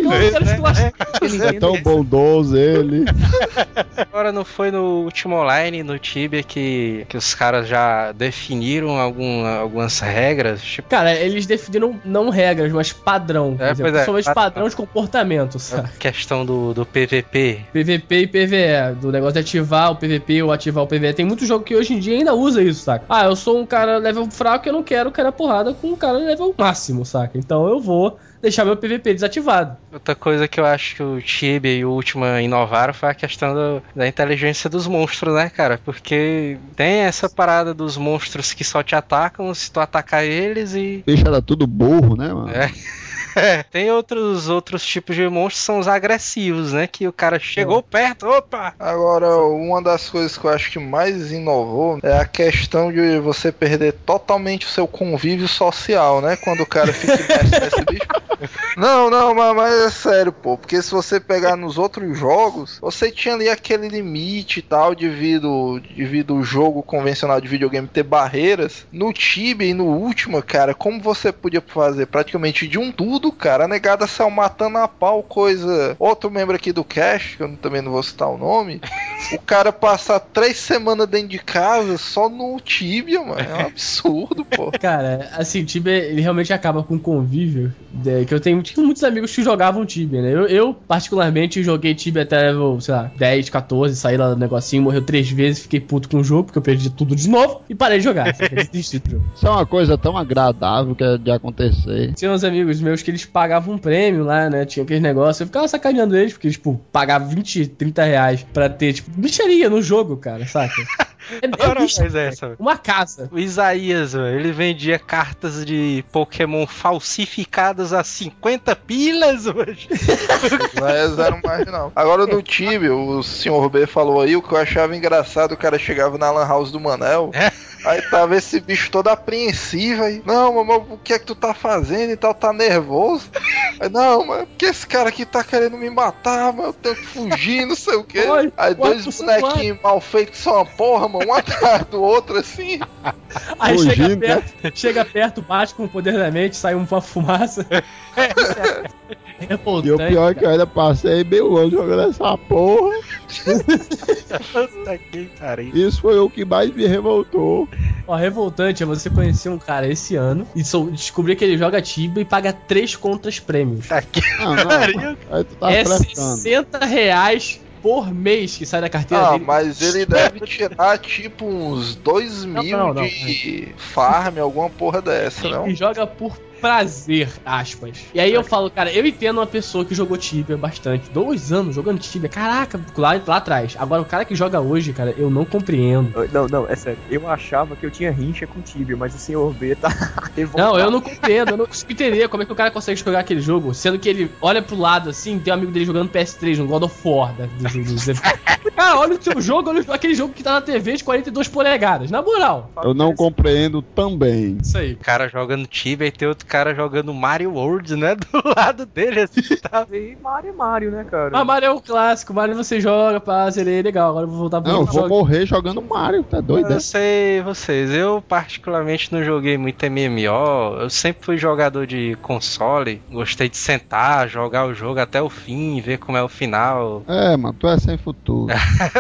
É tão bondoso ele. Agora não foi no Ultima Online, no Tibia, que os caras já definiram algumas regras? Tipo... Cara, eles definiram não regras, mas padrão. Principalmente padrão de comportamento, sabe? A questão do PVP. PVP e PVE, do negócio de ativar o PVP ou ativar o PVE. Tem muito jogo que hoje em dia ainda usa isso, saca? Ah, eu sou um cara level fraco e eu não quero cair na porrada com um cara level máximo, saca? Então eu vou deixar meu PVP desativado. Outra coisa que eu acho que o Tibia e o Ultima inovaram foi a questão da inteligência dos monstros, né, cara? Porque tem essa parada dos monstros que só te atacam se tu atacar eles e... Bicho era tudo burro, né, mano? Tem outros tipos de monstros, são os agressivos, né? Que o cara chegou perto, opa! Agora, uma das coisas que eu acho que mais inovou é a questão de você perder totalmente o seu convívio social, né? Quando o cara fica nesse bicho. Não, mas é sério, pô. Porque se você pegar nos outros jogos, você tinha ali aquele limite e tal, devido o jogo convencional de videogame ter barreiras. No Tibia e no Ultima, cara, como você podia fazer praticamente de um tudo, cara, a negada saiu matando a pau coisa. Outro membro aqui do cast, que eu também não vou citar o nome, o cara passar 3 semanas dentro de casa só no Tibia, mano, é um absurdo, pô. Cara, assim, o Tibia, ele realmente acaba com convívio, que eu tinha muitos amigos que jogavam Tibia, né? Eu particularmente, joguei Tibia até level, sei lá, 10, 14, saí lá do negocinho, morreu 3 vezes, fiquei puto com o jogo, porque eu perdi tudo de novo, e parei de jogar. Isso é uma coisa tão agradável que é de acontecer. Tinha uns amigos meus que eles pagavam um prêmio lá, né? Tinha aqueles negócios. Eu ficava sacaneando eles, porque, tipo, pagavam 20, 30 reais pra ter, tipo, bicharia no jogo, cara, saca? Uma casa. O Isaías, ele vendia cartas de Pokémon falsificadas a 50 pilas hoje. Não é zero mais, não. Agora no Tibia, o Sr. B falou aí, o que eu achava engraçado, o cara chegava na Lan House do Manel. Aí tava esse bicho todo apreensivo aí. Não, mamãe, o que é que tu tá fazendo e tal? Tá nervoso? Aí, não, mano, porque esse cara aqui tá querendo me matar, mano, eu tenho que fugir, não sei o quê. Aí 2 bonequinhos mal feitos são uma porra, mano, um atrás do outro, assim. Aí chega perto, bate com o poder da mente, sai uma fumaça. E o pior é que eu ainda passei meio longe jogando essa porra. Isso foi o que mais me revoltou. Ó, revoltante é você conhecer um cara esse ano e descobrir que ele joga Tibia e paga 3 contas prêmios. Não. Aí tu tá é R$60 por mês que sai da carteira dele. Mas ele deve tirar tipo uns 2 mil de farm, alguma porra dessa, não? Ele joga por prazer, aspas. E aí eu falo, cara, eu entendo uma pessoa que jogou Tibia bastante, 2 anos jogando Tibia, caraca, lá atrás. Agora o cara que joga hoje, cara, eu não compreendo. Não, é sério, eu achava que eu tinha rincha com Tibia, mas o Sr. B tá revoltado. Não, eu não compreendo, eu não consigo entender como é que o cara consegue jogar aquele jogo, sendo que ele olha pro lado assim, tem um amigo dele jogando PS3, no God of War do jogo. Cara, olha o seu jogo, olha aquele jogo que tá na TV de 42 polegadas, na moral. Eu não compreendo também. Isso aí. O cara joga no Tibia e tem outro cara jogando Mario World, né? Do lado dele, assim, tá? E Mario, né, cara? Mas Mario é o clássico, Mario você joga, passa, ele é legal. Agora eu vou voltar pro Não, eu vou morrer jogando Mario, tá doido? Eu sei vocês, eu particularmente não joguei muito MMO, eu sempre fui jogador de console, gostei de sentar, jogar o jogo até o fim, ver como é o final. É, mano, tu é sem futuro.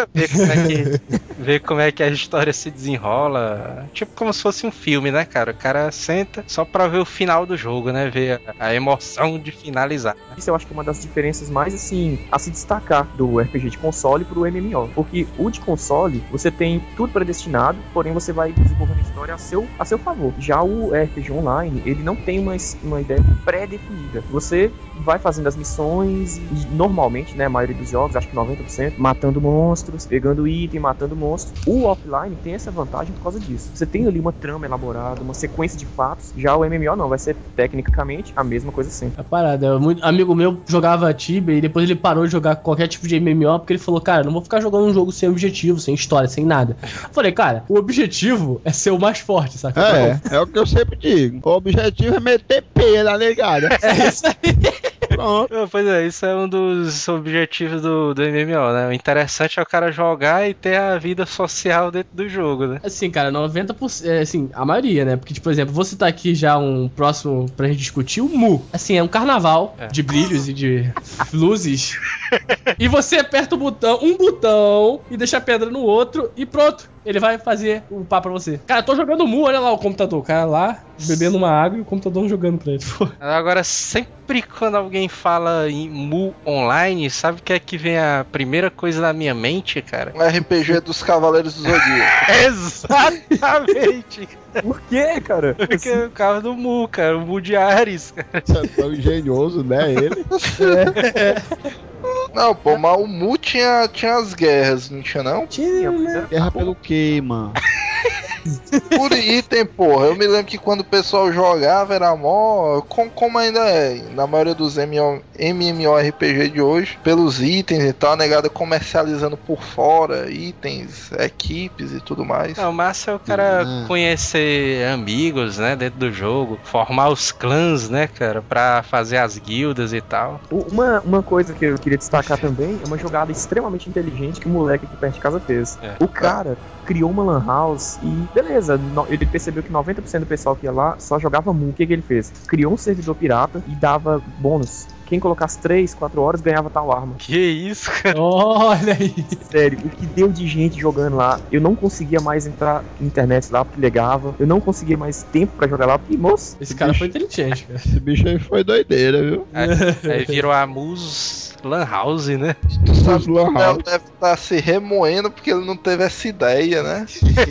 ver como é que a história se desenrola, tipo como se fosse um filme, né, cara? O cara senta só pra ver o final do jogo, né, ver a emoção de finalizar. Isso eu acho que é uma das diferenças mais, assim, a se destacar do RPG de console pro MMO, porque o de console, você tem tudo predestinado, porém você vai desenvolvendo a história a seu favor. Já o RPG online, ele não tem uma ideia pré-definida. Você vai fazendo as missões e normalmente, né, a maioria dos jogos, acho que 90%, matando monstros, pegando item, matando monstros. O offline tem essa vantagem por causa disso. Você tem ali uma trama elaborada, uma sequência de fatos. Já o MMO não, vai ser tecnicamente a mesma coisa sempre. A parada, muito amigo meu jogava Tibia e depois ele parou de jogar qualquer tipo de MMO porque ele falou, cara, não vou ficar jogando um jogo sem objetivo, sem história, sem nada. Eu falei, cara, o objetivo é ser o mais forte, saca? É o que eu sempre digo. O objetivo é meter P na negada. É isso aí. Pronto. Pois é, isso é um dos objetivos do MMO, né? O interessante é o cara jogar e ter a vida social dentro do jogo, né? Assim, cara, 90%, assim, a maioria, né? Porque, tipo, por exemplo, vou citar aqui já um próximo pra gente discutir, o Mu. Assim, é um carnaval de brilhos e de luzes. E você aperta um botão e deixa a pedra no outro e pronto. Ele vai fazer o pá pra você. Cara, eu tô jogando Mu, olha lá o computador. O cara lá, bebendo uma água e o computador jogando pra ele. Agora, sempre quando alguém fala em Mu online, sabe o que é que vem a primeira coisa na minha mente, cara? Um RPG dos Cavaleiros do Zodíaco. Exatamente! Por quê, cara? Porque é o carro do Mu, cara. O Mu de Ares, cara. Você é tão engenhoso, né, ele? Não, pô, mas o Mu tinha as guerras, não tinha não? Tinha, né? Guerra pelo quê, mano? Por item, porra. Eu me lembro que quando o pessoal jogava era mó... Como ainda é, na maioria dos MMORPG de hoje, pelos itens e tal, a negada comercializando por fora, itens, equipes e tudo mais. Não, o massa é o cara conhecer amigos, né, dentro do jogo, formar os clãs, né, cara, pra fazer as guildas e tal. Uma coisa que eu queria destacar também é uma jogada extremamente inteligente que o moleque aqui perto de casa fez. O cara criou uma lan house e beleza, ele percebeu que 90% do pessoal que ia lá só jogava Mu. O que ele fez? Criou um servidor pirata e dava bônus. Quem colocasse 3, 4 horas ganhava tal arma. Que isso, cara? Olha aí. Sério, o que deu de gente jogando lá. Eu não conseguia mais entrar na internet lá porque legava. Eu não conseguia mais tempo pra jogar lá porque, moço... Esse cara foi inteligente, cara. Esse bicho aí foi doideira, viu? Aí virou a Mus Lan House, né? Tu sabe que o Léo deve estar se remoendo porque ele não teve essa ideia, né?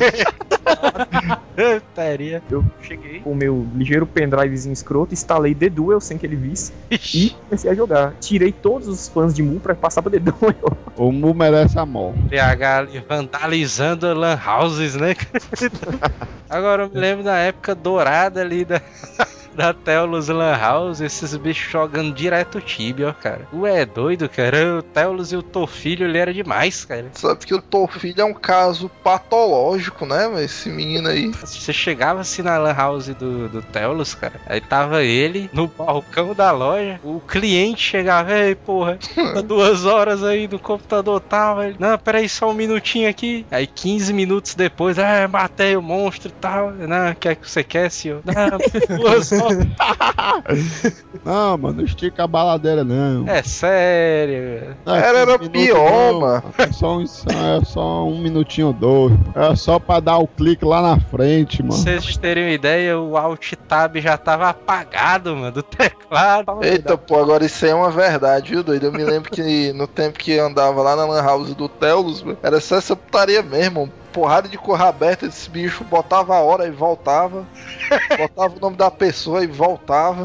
Eu cheguei com o meu ligeiro pendrivezinho escroto, instalei The Duel sem que ele visse e comecei a jogar. Tirei todos os fãs de Mu pra passar pra The Duel. O Mu merece a mão. PH ali vandalizando Lan Houses, né? Agora eu me lembro da época dourada ali da Telos Lan House, esses bichos jogando direto Tibia, ó, cara. É doido, cara. O Telos e o Torfilho, ele era demais, cara. Sabe que o Torfilho é um caso patológico, né? Esse menino aí. Você chegava assim na Lan House do Telos, cara. Aí tava ele no balcão da loja. O cliente chegava, ei, porra, tá 2 horas aí no computador, tal. Ele, não, peraí, só um minutinho aqui. Aí 15 minutos depois, matei o monstro e tal. Não, o que é que você quer, senhor? Não, 2 horas. Não, mano, não estica a baladeira, não. É sério. Era pior, mano. É só 1 minutinho ou 2. É só pra dar o clique lá na frente, mano. Pra vocês terem uma ideia, o Alt Tab já tava apagado, mano, do teclado. Eita, pô, agora isso aí é uma verdade, viu, doido? Eu me lembro que no tempo que eu andava lá na Lan House do Telos, era só essa putaria mesmo. Porrada de cor aberta, esse bicho botava a hora e voltava. Botava o nome da pessoa e voltava.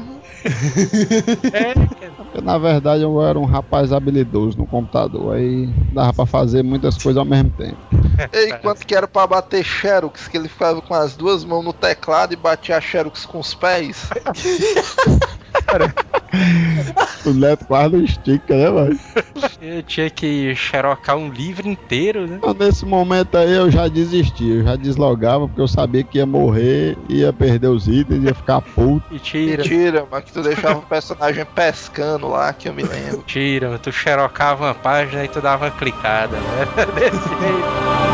Porque, na verdade eu era um rapaz habilidoso no computador. Aí dava pra fazer muitas coisas ao mesmo tempo. E quanto que era pra bater Xerox, que ele ficava com as 2 mãos no teclado e batia a Xerox com os pés? O Neto quase não estica, né, mano? Eu tinha que xerocar um livro inteiro, né? Nesse momento aí eu já desisti, eu já deslogava porque eu sabia que ia morrer, ia perder os itens, ia ficar puto. E tira. Mentira, mas que tu deixava o personagem pescando lá, que eu me lembro. Tira, tu xerocava uma página e tu dava uma clicada, né? Desse jeito.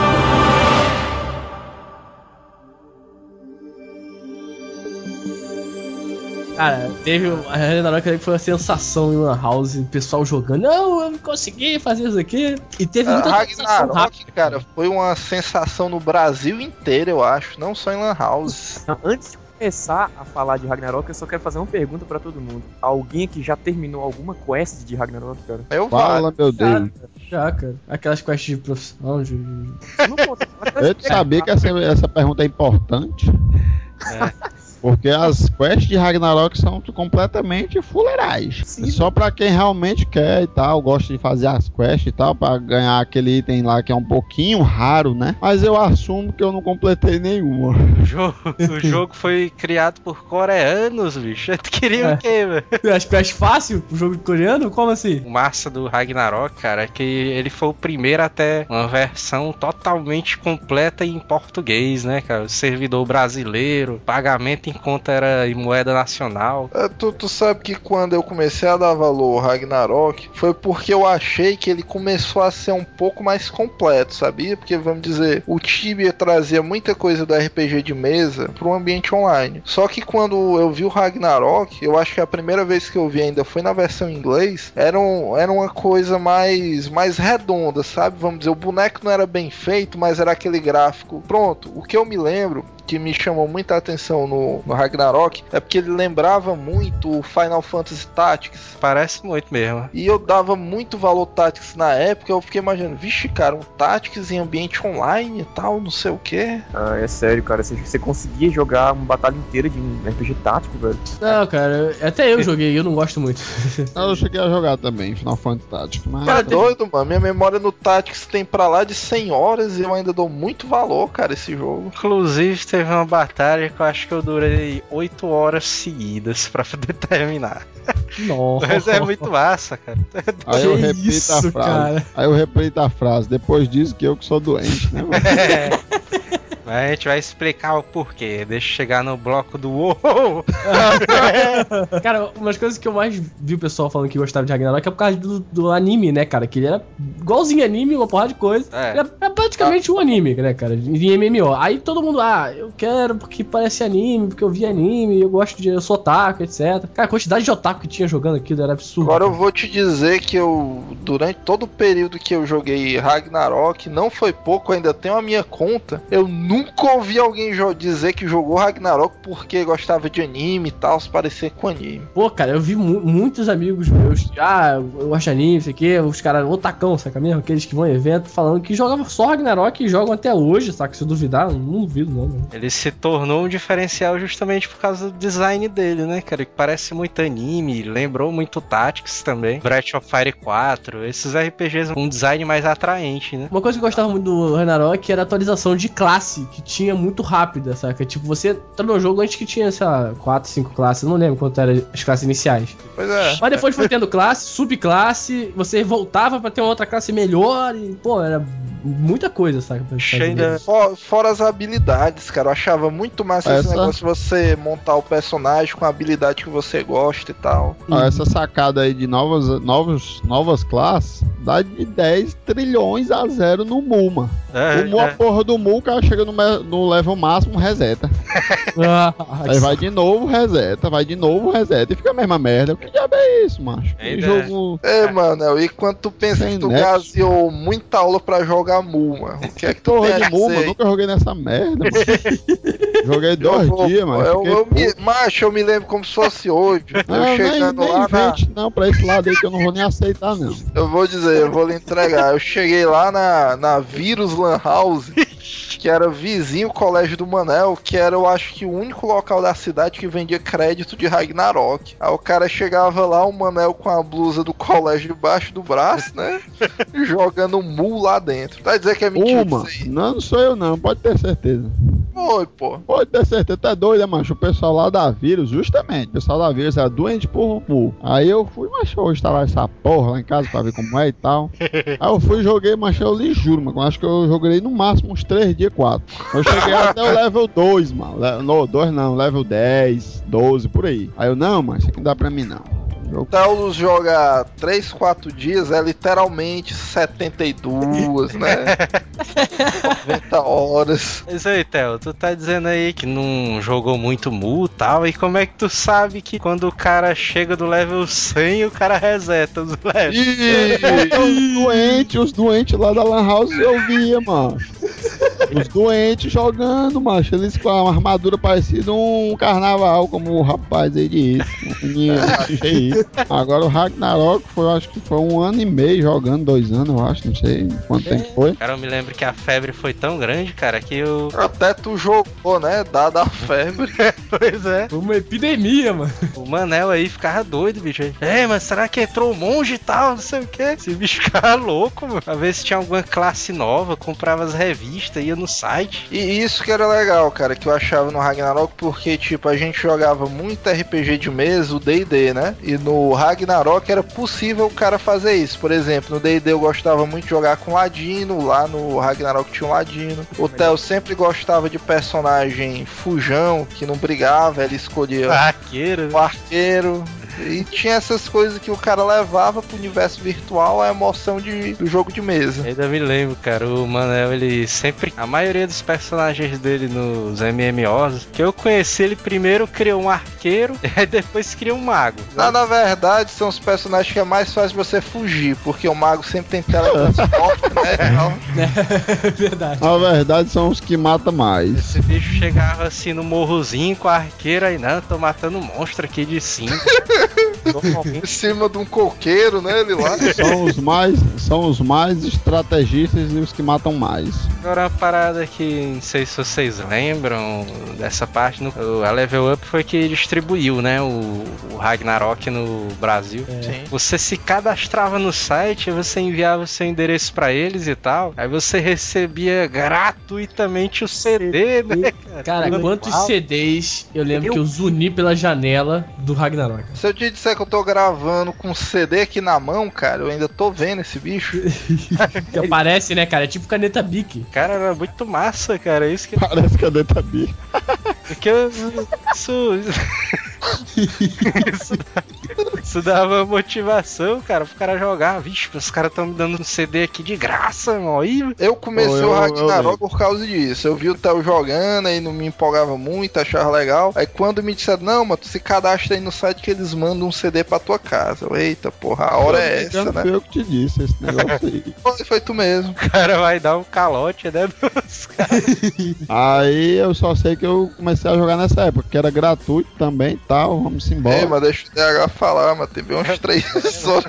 Cara, teve a Ragnarok que foi uma sensação em Lan House, o pessoal jogando. Não, eu consegui fazer isso aqui. E teve muita Ragnarok, cara, foi uma sensação no Brasil inteiro, eu acho, não só em Lan House. Antes de começar a falar de Ragnarok, eu só quero fazer uma pergunta pra todo mundo. Alguém que já terminou alguma quest de Ragnarok, cara? Eu Fala, meu Deus. Já, cara. Aquelas quests de profissão, de... Não conta. Eu sabia que essa pergunta é importante. Porque as quests de Ragnarok são completamente fuleirais. Só pra quem realmente quer e tal, gosta de fazer as quests e tal, pra ganhar aquele item lá que é um pouquinho raro, né? Mas eu assumo que eu não completei nenhuma. O jogo foi criado por coreanos, bicho. Tu queria o quê, velho? As quests fácil? O jogo coreano? Como assim? O massa do Ragnarok, cara, é que ele foi o primeiro a ter uma versão totalmente completa em português, né, cara? O servidor brasileiro, pagamento em conta era em moeda nacional. Tu sabe que quando eu comecei a dar valor ao Ragnarok, foi porque eu achei que ele começou a ser um pouco mais completo, sabia? Porque, vamos dizer, o Tibia trazia muita coisa do RPG de mesa pro ambiente online. Só que quando eu vi o Ragnarok, eu acho que a primeira vez que eu vi ainda foi na versão em inglês, era uma coisa mais redonda, sabe? Vamos dizer, o boneco não era bem feito, mas era aquele gráfico. Pronto, o que eu me lembro que me chamou muita atenção no Ragnarok é porque ele lembrava muito o Final Fantasy Tactics. Parece muito mesmo. E eu dava muito valor Tactics na época, eu fiquei imaginando, vixe, cara, um Tactics em ambiente online e tal, não sei o que. Ah, é sério, cara, você conseguia jogar uma batalha inteira de um RPG tático, velho? Não, cara, até eu joguei, eu não gosto muito. Eu cheguei a jogar também, Final Fantasy Tactics, mas... Tá doido, mano, minha memória no Tactics tem pra lá de 100 horas e eu ainda dou muito valor, cara, esse jogo. Inclusive, teve uma batalha que eu acho que eu durei 8 horas seguidas pra poder terminar. Nossa. Mas é muito massa, cara. Aí eu Que repito isso, a frase. cara? Aí eu repito a frase. Depois disso que eu que sou doente, né, mano? Mas a gente vai explicar o porquê. Deixa eu chegar no bloco do uou. Cara, umas coisas que eu mais vi o pessoal falando que gostava de Ragnarok é por causa do anime, né, cara? Que ele era igualzinho anime, uma porrada de coisa. Era praticamente um anime, né, cara? Em MMO. Aí todo mundo, eu quero porque parece anime, porque eu vi anime, eu sou otaku, etc. Cara, a quantidade de otaku que tinha jogando aquilo era absurda. Agora eu vou te dizer que durante todo o período que eu joguei Ragnarok, não foi pouco, ainda tenho a minha conta, eu nunca ouvi alguém dizer que jogou Ragnarok porque gostava de anime e tal, se parecer com anime. Pô, cara, eu vi muitos amigos meus, eu gosto de anime, não sei o que, os caras otacão, saca mesmo? Aqueles que vão em evento falando que jogavam só Ragnarok e jogam até hoje, saca? Se eu duvidar, não duvido não, mano. Ele se tornou um diferencial justamente por causa do design dele, né, cara? Que parece muito anime, lembrou muito Tactics também. Breath of Fire 4, esses RPGs com um design mais atraente, né? Uma coisa que eu gostava muito do Ragnarok era a atualização de classe, que tinha muito rápida, saca? Tipo, você entrou no jogo antes que tinha, sei lá, 4, 5 classes, eu não lembro quanto eram as classes iniciais. Pois é. Mas depois foi tendo classe, subclasse, você voltava pra ter uma outra classe melhor e, pô, era muita coisa, saca? Fora as habilidades, cara, eu achava muito massa esse negócio de você montar o personagem com a habilidade que você gosta e tal. Essa sacada aí de novas classes dá de 10 trilhões a 0 no Mu, mano. A porra do Mu, o cara chega no level máximo, reseta. Aí vai de novo, reseta, e fica a mesma merda. O que diabo é isso, macho? Jogo... mano, e quando tu pensa que tu gaseou muita aula pra jogar Mu, mano, o que é que tu porra de Mu, mano? Nunca joguei nessa merda, mano. Joguei 2 dias, mano. Eu me lembro como se fosse hoje. Não, chegando nem lá não, pra esse lado aí que eu não vou nem aceitar, não. Eu vou dizer, eu vou lhe entregar. Eu cheguei lá na Vírus Lan House, que era vizinho o colégio do Manel, que era, eu acho que o único local da cidade que vendia crédito de Ragnarok. Aí o cara chegava lá, o Manel com a blusa do colégio debaixo do braço, né? Jogando um Mu lá dentro. Tá dizer que é mentira? Não sou eu não, pode ter certeza. Foi, pô. Pode ter certeza, tá doido, né, macho? O pessoal lá da Vírus, justamente, o pessoal da Vírus era doente por robô. Aí eu fui, macho, eu vou instalar essa porra lá em casa pra ver como é e tal. Aí eu fui e joguei, macho, eu lhe juro, mano. Acho que eu joguei no máximo uns 3 dias, 4. Eu cheguei até o level 2, mano. Não, 2 não, level 10, 12, por aí. Aí eu, não, mano, isso aqui não dá pra mim, não. O Telos joga 3, 4 dias, é literalmente 72, né? 90 horas. Mas aí, Theo, tu tá dizendo aí que não jogou muito Mu e tal, e como é que tu sabe que quando o cara chega do level 100, o cara reseta os levels? Os doentes lá da Lan House eu via, mano. Os doentes jogando, macho. Eles com a armadura parecida um carnaval, como o rapaz aí disse. Agora o Ragnarok foi, acho que foi 1 ano e meio jogando, 2 anos, eu acho, não sei quanto tempo foi. Cara, eu me lembro que a febre foi tão grande, cara, que eu... Até tu jogou, né? Dada a febre. Pois é. Foi uma epidemia, mano. O Manel aí ficava doido, bicho. Mas será que entrou um monge e tal, não sei o que? Esse bicho ficava louco, mano. Pra ver se tinha alguma classe nova, comprava as revistas, ia no site. E isso que era legal, cara, que eu achava no Ragnarok, porque, tipo, a gente jogava muito RPG de mesa, o D&D, né? E no Ragnarok era possível o cara fazer isso. Por exemplo, no D&D eu gostava muito de jogar com Ladino, lá no Ragnarok tinha um Ladino. O Theo sempre gostava de personagem fujão, que não brigava, ele escolhia Arqueiro. o arqueiro. E tinha essas coisas que o cara levava pro universo virtual, a emoção do jogo de mesa. Ainda me lembro, cara, o Manel, ele sempre... A maioria dos personagens dele nos MMOs, que eu conheci, ele primeiro criou um arqueiro, e depois criou um mago. Na verdade, são os personagens que é mais fácil você fugir, porque o mago sempre tem teletransporte, né? Então... É verdade. Na verdade, são os que matam mais. Esse bicho chegava assim no morrozinho com a arqueira e não, tô matando um monstro aqui de cima. Em cima de um coqueiro, né? Ele lá. São os mais estrategistas e os que matam mais. Agora uma parada que não sei se vocês lembram dessa parte, a Level Up foi que distribuiu, né, o Ragnarok no Brasil. Sim. Você se cadastrava no site, você enviava seu endereço pra eles e tal, aí você recebia gratuitamente o CD, né? Cara, quantos CDs eu lembro que eu zuni pela janela do Ragnarok. Se eu te disser que eu tô gravando com um CD aqui na mão, cara, eu ainda tô vendo esse bicho. Que aparece, né, cara? É tipo caneta Bic. Cara, era muito massa, cara. Isso que... Parece que a Deta B. Porque isso dava motivação, cara, pro cara jogar. Vixe, os caras tão me dando um CD aqui de graça, mano. Eu comecei o Ragnarok por causa disso. Eu vi o Theo jogando, aí não me empolgava muito, achava legal. Aí quando me disseram, não, mas tu se cadastra aí no site que eles mandam um CD pra tua casa. Eu, eita, porra, a hora é essa, né? Foi eu que te disse esse negócio aí. Foi tu mesmo. O cara vai dar um calote, né, dos caras. Aí eu só sei que eu comecei a jogar nessa época, que era gratuito também e tal, vamos embora. É, mas deixa o DH falar, mas teve uns 3 só.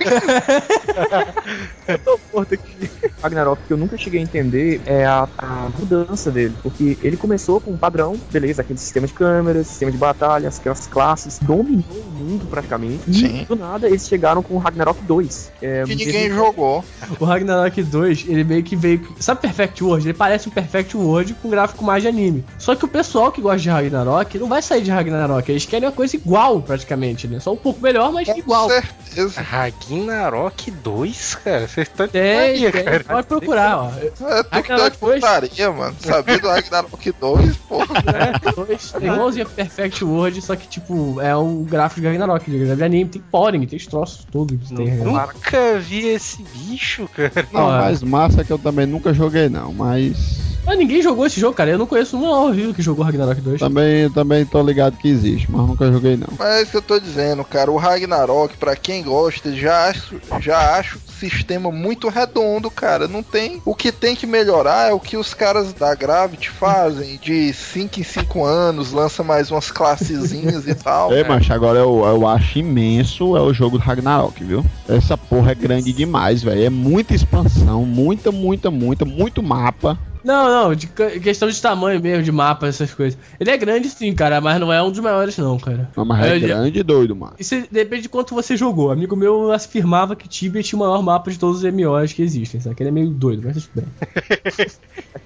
Ragnarok que eu nunca cheguei a entender é a mudança dele, porque ele começou com um padrão, beleza, aquele sistema de câmeras, sistema de batalhas, aquelas classes, dominou o mundo praticamente. Sim. E do nada eles chegaram com o Ragnarok 2. Que ninguém jogou. O Ragnarok 2, ele meio que veio... Sabe Perfect World? Ele parece um Perfect World com gráfico mais de anime. Só que o pessoal que gosta de Ragnarok não vai sair de Ragnarok. Eles querem uma coisa igual, praticamente, né? Só um pouco melhor, mas igual. Com certeza. Ragnarok 2, cara? Vocês estão de Tem, cara. pode procurar, ó. É tu que tá de putaria, mano. Sabia do Ragnarok 2, porra. Tem igualzinho a Perfect World, só que, tipo, é um gráfico de Ragnarok, de anime. Tem Poring, tem os troços todos que tem. Nunca vi esse bicho, cara. Não, mais massa que eu também nunca joguei não, mas ninguém jogou esse jogo, cara. Eu não conheço um ao vivo que jogou Ragnarok 2. também tô ligado que existe, mas nunca joguei não. Mas é isso que eu tô dizendo, cara. O Ragnarok, pra quem gosta, já acho o sistema muito redondo, cara. Não tem... O que tem que melhorar é o que os caras da Gravity fazem. De 5 em 5 anos, lança mais umas classezinhas e tal. É, mas agora eu acho imenso o jogo do Ragnarok, viu? Essa porra é grande demais, velho. É muita expansão, muito mapa. Não, de questão de tamanho mesmo, de mapa, essas coisas. Ele é grande sim, cara, mas não é um dos maiores não, cara. Não, mas é grande e doido, mano. Isso depende de quanto você jogou. Amigo meu afirmava que Tibia tinha o maior mapa de todos os MMOs que existem, sabe? Que ele é meio doido, mas tudo bem.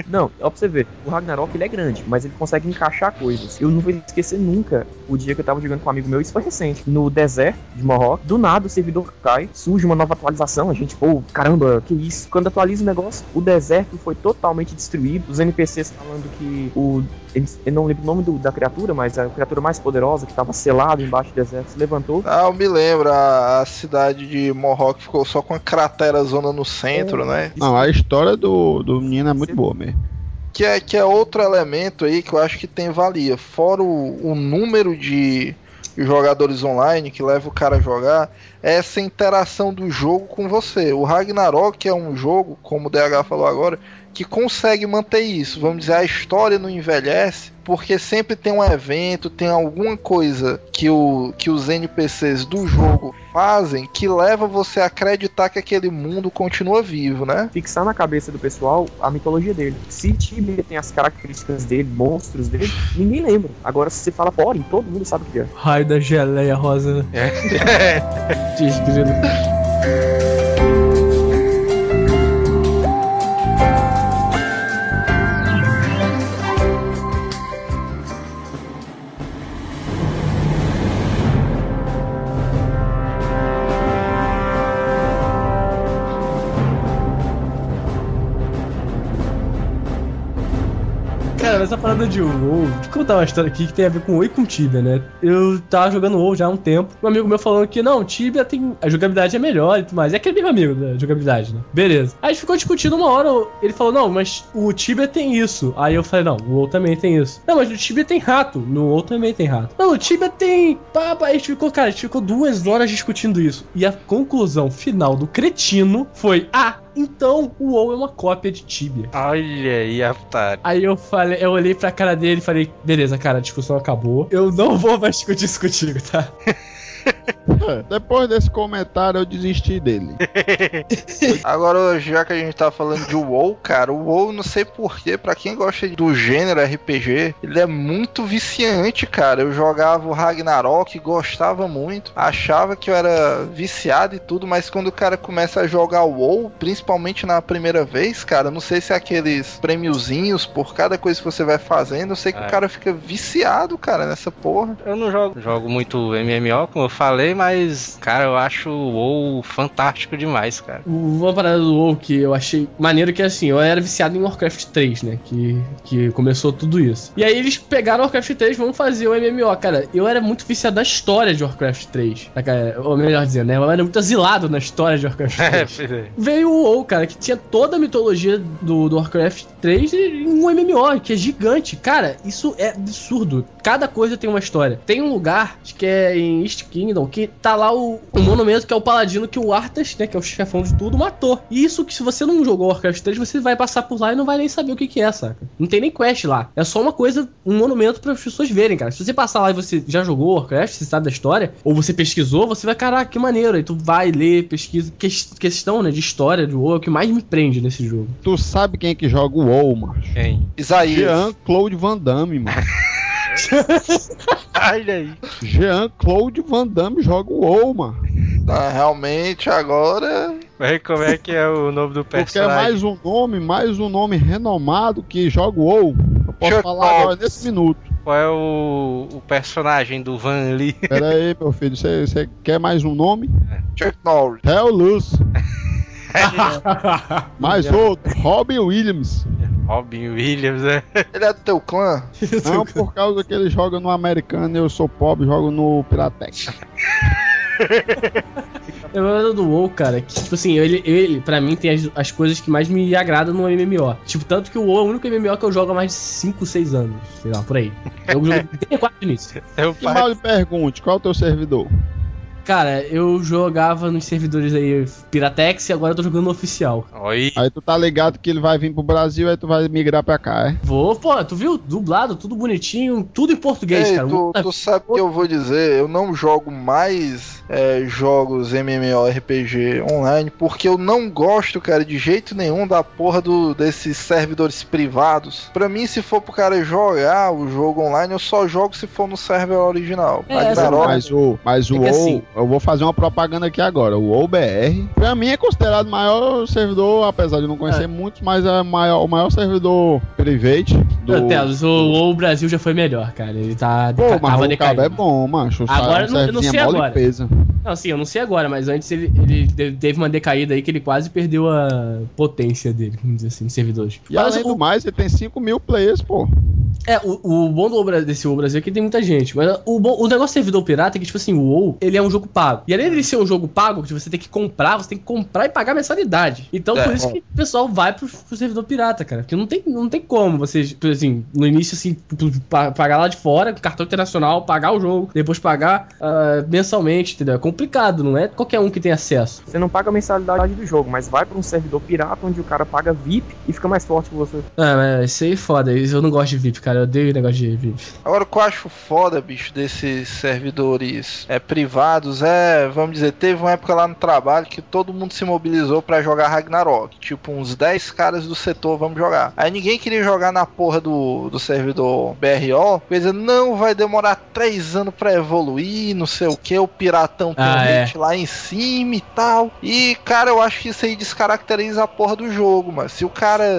Não, ó pra você ver, o Ragnarok ele é grande, mas ele consegue encaixar coisas. Eu não vou esquecer nunca o dia que eu tava jogando com um amigo meu, isso foi recente, no deserto de Morrock, do nada o servidor cai, surge uma nova atualização, a gente, pô, caramba, que isso? Quando atualiza o negócio, o deserto foi totalmente destruído, os NPCs falando que eu não lembro o nome da criatura, mas a criatura mais poderosa que estava selada embaixo do deserto se levantou. Ah, eu me lembro, a cidade de Morrock ficou só com a cratera zona no centro, né? Não, a história do menino é muito boa mesmo. Que é outro elemento aí que eu acho que tem valia. Fora o número de jogadores online que leva o cara a jogar, é essa interação do jogo com você. O Ragnarok é um jogo, como o DH falou agora, que consegue manter isso. Vamos dizer, a história não envelhece, porque sempre tem um evento, tem alguma coisa que os NPCs do jogo fazem que leva você a acreditar que aquele mundo continua vivo, né? Fixar na cabeça do pessoal a mitologia dele. Se Tibia tem as características dele, monstros dele, ninguém lembra. Agora, se você fala Thorin, todo mundo sabe o que é. Raio da geleia rosa, né? Desgrilo. Cara, essa parada de WoW, deixa eu contar uma história aqui que tem a ver com WoW e com Tibia, né? Eu tava jogando WoW já há um tempo, um amigo meu falando que não, Tibia tem... a jogabilidade é melhor e tudo mais. É aquele mesmo amigo da jogabilidade, né? Beleza. Aí a gente ficou discutindo uma hora, ele falou, não, mas o Tibia tem isso. Aí eu falei, não, o WoW também tem isso. Não, mas no Tibia tem rato. No WoW também tem rato. Não, o Tibia tem... Aí a gente ficou 2 horas discutindo isso. E a conclusão final do cretino foi, então o WoW é uma cópia de Tibia. Olha aí, otário. Aí eu olhei pra cara dele e falei, beleza, cara, a discussão acabou. Eu não vou mais discutir isso contigo, tá? Depois desse comentário eu desisti dele. Agora, já que a gente tá falando de WoW, cara, o WoW, não sei porquê, pra quem gosta do gênero RPG, ele é muito viciante, cara. Eu jogava o Ragnarok, gostava muito, achava que eu era viciado e tudo, mas quando o cara começa a jogar o WoW, principalmente na primeira vez, cara, não sei se é aqueles prêmiozinhos por cada coisa que você vai fazendo, eu sei que o cara fica viciado, cara, nessa porra. Eu não jogo muito MMO, como eu falei, mas, cara, eu acho o WoW fantástico demais, cara. Uma parada do WoW que eu achei maneiro que, assim, eu era viciado em Warcraft 3, né, que começou tudo isso. E aí eles pegaram Warcraft 3, vamos fazer o MMO, cara. Eu era muito viciado da história de Warcraft 3, ou melhor dizendo, né, eu era muito asilado na história de Warcraft 3. Veio o WoW, cara, que tinha toda a mitologia do Warcraft 3 em um MMO, que é gigante. Cara, isso é absurdo. Cada coisa tem uma história. Tem um lugar, acho que é em East Kingdom, que tá lá o monumento, que é o paladino que o Arthas, né, que é o chefão de tudo, matou. E isso que se você não jogou Warcraft 3, você vai passar por lá e não vai nem saber o que é, saca? Não tem nem quest lá. É só uma coisa, um monumento para as pessoas verem, cara. Se você passar lá e você já jogou Warcraft, você sabe da história, ou você pesquisou, você vai, caraca, que maneiro. Aí tu vai ler, pesquisa. Questão, né, de história do WoW é o que mais me prende nesse jogo. Tu sabe quem é que joga o WoW, mano? Quem? Isaías. Jean-Claude Van Damme, mano. Olha aí. Jean-Claude Van Damme joga o WoW, mano. Realmente, agora... Mas como é que é o nome do personagem? Porque é mais um nome renomado que joga o WoW. Eu posso falar agora nesse minuto. Qual é o personagem do Van Lee? Pera aí, meu filho, você quer mais um nome? Chuck Norris. Hell Luz. Mais outro, Robin Williams. Robin Williams, né? Ele é do teu clã? Não, por causa que ele joga no americano e eu sou pobre, jogo no Piratex. É verdade do WoW, cara, que tipo assim, ele pra mim tem as coisas que mais me agradam no MMO. Tipo, tanto que o WoW é o único MMO que eu jogo há mais de 5, 6 anos, sei lá, por aí. Eu jogo desde 4 início. Que mal lhe pergunte, qual é o teu servidor? Cara, eu jogava nos servidores aí Piratex e agora eu tô jogando no oficial. Oi. Aí tu tá ligado que ele vai vir pro Brasil, aí tu vai migrar pra cá, é? Vou, pô, tu viu? Dublado, tudo bonitinho, tudo em português, cara. Tu sabe o que eu vou dizer? Eu não jogo mais jogos MMORPG online porque eu não gosto, cara, de jeito nenhum da porra desses servidores privados. Pra mim, se for pro cara jogar o jogo online, eu só jogo se for no server original. Mas o WoW, eu vou fazer uma propaganda aqui agora. O WoW-BR, pra mim, é considerado o maior servidor, apesar de não conhecer muitos, mas é o maior servidor private do... Telos, o WoW Brasil já foi melhor, cara. Ele tá... Pô, mas o cabo é bom, macho. Agora eu não sei agora. Limpeza. Não, sim, eu não sei agora, mas antes ele teve uma decaída aí que ele quase perdeu a potência dele, vamos dizer assim, em servidores. E além do mais, ele tem 5 mil players, pô. O bom desse WoW Brasil é que tem muita gente, mas o negócio do servidor pirata é que, tipo assim, o WoW, ele é um jogo pago. E além de ser um jogo pago, que você tem que comprar e pagar mensalidade. Então, por isso que o pessoal vai pro servidor pirata, cara. Porque não tem como você, assim, no início, assim, pagar lá de fora, cartão internacional, pagar o jogo, depois pagar mensalmente, entendeu? É complicado, não é qualquer um que tem acesso. Você não paga a mensalidade do jogo, mas vai pra um servidor pirata onde o cara paga VIP e fica mais forte que você. Mas isso aí é foda. Eu não gosto de VIP, cara. Eu odeio o negócio de VIP. Agora, o que eu acho foda, bicho, desses servidores privados vamos dizer, teve uma época lá no trabalho que todo mundo se mobilizou pra jogar Ragnarok. Tipo, uns 10 caras do setor, vamos jogar. Aí ninguém queria jogar na porra do servidor BRO, coisa, não, vai demorar 3 anos pra evoluir, não sei o que, o piratão tem hate lá em cima e tal. E, cara, eu acho que isso aí descaracteriza a porra do jogo, mano. Se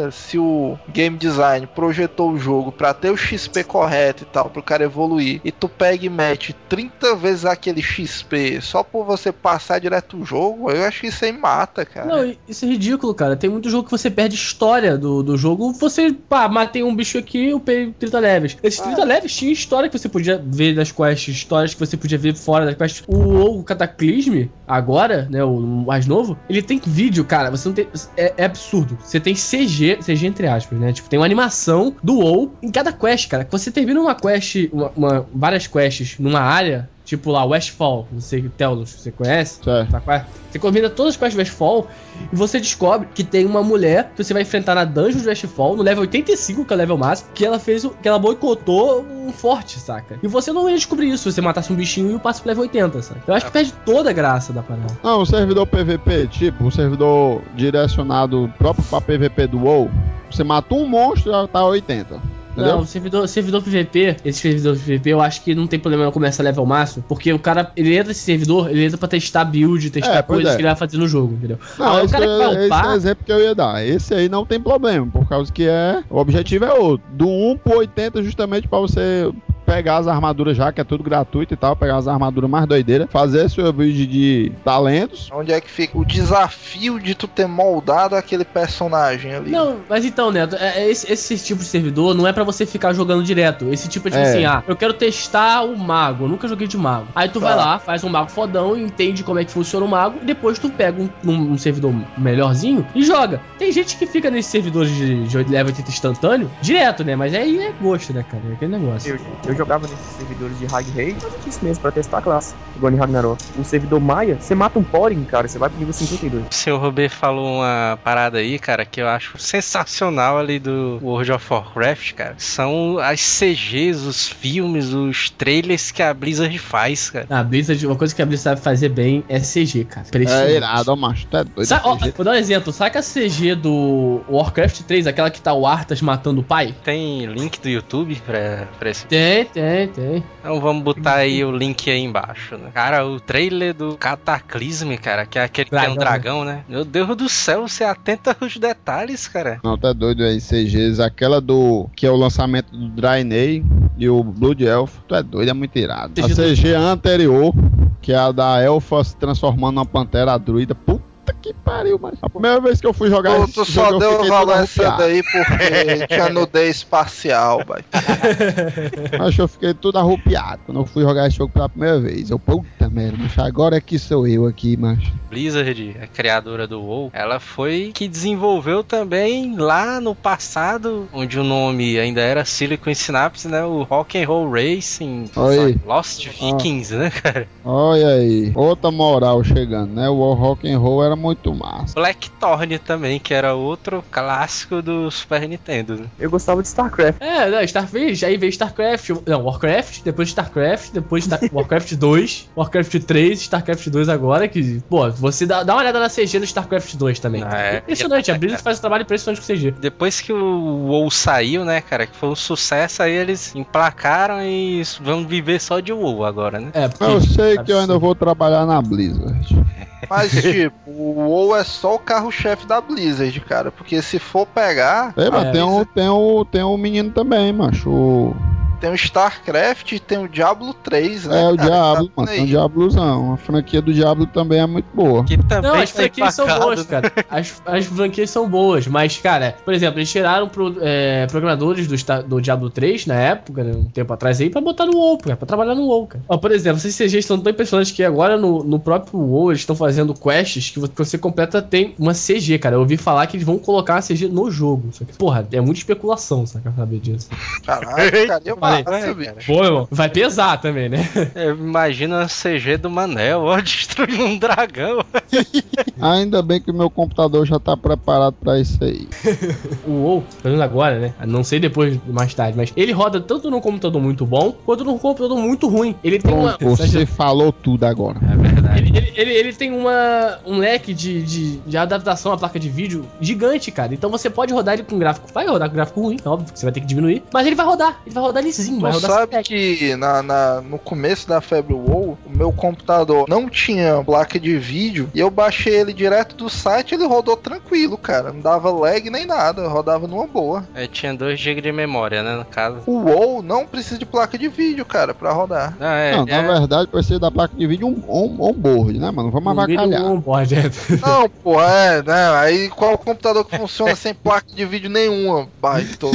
o game design projetou o jogo pra ter o XP correto e tal, pro cara evoluir, e tu pega e mete 30 vezes aquele XP só por você passar direto o jogo, eu acho que isso aí mata, cara. Não, isso é ridículo, cara. Tem muito jogo que você perde história do jogo. Você, matei um bicho aqui, eu peguei 30 levels. Esses 30 levels tinha história que você podia ver das quests, histórias que você podia ver fora das quests. O Cataclysm, agora, né, o mais novo, ele tem vídeo, cara. Você não tem... É absurdo. Você tem CG entre aspas, né? Tipo, tem uma animação do WoW em cada quest, cara. Que você termina uma quest, várias quests numa área, tipo lá, Westfall, não sei, Telos, você conhece? Tá? Você combina todas as quests de Westfall e você descobre que tem uma mulher que você vai enfrentar na dungeon de Westfall, no level 85, que é o level máximo, que ela boicotou um forte, saca? E você não ia descobrir isso se você matasse um bichinho e o passe pro level 80, saca? Eu acho que perde toda a graça da parada. Não, o servidor PVP, tipo, um servidor direcionado próprio pra PVP do WoW, você mata um monstro, já tá 80. Entendeu? Não, servidor PVP, esse servidor PVP, eu acho que não tem problema não começar level máximo, porque o cara, ele entra nesse servidor, ele entra pra testar build, testar coisas que ele vai fazer no jogo, entendeu? Não, esse é o exemplo que eu ia dar. Esse aí não tem problema, por causa que o objetivo é outro. Do 1 pro 80 justamente pra você pegar as armaduras já, que é tudo gratuito e tal, pegar as armaduras mais doideiras, fazer seu build de talentos. Onde é que fica o desafio de tu ter moldado aquele personagem ali? Não, mas então, Neto, esse tipo de servidor não é pra você ficar jogando direto. Esse tipo é tipo assim, eu quero testar o mago, eu nunca joguei de mago. Aí tu vai lá, faz um mago fodão, entende como é que funciona o mago, e depois tu pega um servidor melhorzinho e joga. Tem gente que fica nesses servidores de level 80 instantâneo, direto, né? Mas aí é gosto, né, cara? É aquele negócio. Eu jogava nesses servidores de Hag Raid, mas isso mesmo, pra testar a classe, igual em Ragnarok. O servidor Maia, você mata um Poring, cara, você vai pro nível 52. O seu Robert falou uma parada aí, cara, que eu acho sensacional ali do World of Warcraft, cara. São as CGs, os filmes, os trailers que a Blizzard faz, cara. A Blizzard, uma coisa que a Blizzard sabe fazer bem é CG, cara. É irado, macho, tá doido. Vou dar um exemplo, sabe a CG do Warcraft 3, aquela que tá o Arthas matando o pai? Tem link do YouTube pra esse? Tem. Então vamos botar aí o link aí embaixo, né? Cara, o trailer do Cataclysm, cara, que é aquele que tem um dragão, né? Meu Deus do céu, você atenta aos detalhes, cara. Não, tá doido aí, CGs. Aquela que é o lançamento do Draenei e o Blood Elf. Tu é doido, é muito irado. A CG anterior, que é a da Elfa se transformando numa pantera druida. Puta que pariu, mas a primeira vez que eu fui jogar tu só deu valor essa daí porque tinha nudez espacial, vai. Mas eu fiquei tudo arrupiado quando eu fui jogar esse jogo pela primeira vez. Eu, puta merda, mas agora é que sou eu aqui, macho. Blizzard, a criadora do WoW, ela foi que desenvolveu também lá no passado, onde o nome ainda era Silicon Synapse, né? O Rock'n'Roll Racing, Lost Vikings, né, cara? Olha aí, outra moral chegando, né? O Rock'n'Roll era muito muito massa. Blackthorn também, que era outro clássico do Super Nintendo. Né? Eu gostava de StarCraft. Não, Starfish, aí veio StarCraft, não, Warcraft, depois StarCraft, depois Warcraft 2, Warcraft 3, StarCraft 2 agora, que, pô, você dá uma olhada na CG do StarCraft 2 também. Impressionante, a Blizzard faz um trabalho impressionante com CG. Depois que o WoW saiu, né, cara, que foi um sucesso, aí eles emplacaram e vão viver só de WoW agora, né? Eu sei que eu ainda vou trabalhar na Blizzard. Mas, tipo, o WoW é só o carro-chefe da Blizzard, cara. Porque se for pegar... Mas tem um menino também, macho. Tem o StarCraft e tem o Diablo 3, né? O Diablo, mano. Tem o Diablozão. A franquia do Diablo também é muito boa. Que também não, as franquias são boas, cara. As franquias são boas, mas, cara, por exemplo, eles tiraram programadores do Diablo 3 na época, né, um tempo atrás aí, pra botar no WoW, cara, pra trabalhar no WoW, cara. Ó, por exemplo, esses CGs são tão impressionantes que agora no próprio WoW eles estão fazendo quests que você completa, tem uma CG, cara. Eu ouvi falar que eles vão colocar uma CG no jogo. Só que, porra, é muita especulação, sabe, saber disso. Caralho, cara, pô, irmão, vai pesar também, né? Imagina a CG do Manel, ó, destruindo um dragão. Ainda bem que o meu computador já tá preparado pra isso aí. O WoW, fazendo agora, né? Não sei depois, mais tarde, mas ele roda tanto num computador muito bom, quanto num computador muito ruim. Ele tem Você falou tudo agora. É verdade. Ele tem um leque de adaptação à placa de vídeo gigante, cara. Então você pode rodar ele com gráfico. Vai rodar com gráfico ruim, óbvio que você vai ter que diminuir. Mas ele vai rodar lisinho. Tu sabe que no começo da febre WoW, o meu computador não tinha placa de vídeo e eu baixei ele direto do site e ele rodou tranquilo, cara. Não dava lag nem nada, rodava numa boa. Tinha 2 GB de memória, né, no caso. O WoW não precisa de placa de vídeo, cara, pra rodar. Na verdade precisa da placa de vídeo on-board, né, mano? Vamos avacalhar. Não, pô, né? Aí qual computador que funciona sem placa de vídeo nenhuma, baito.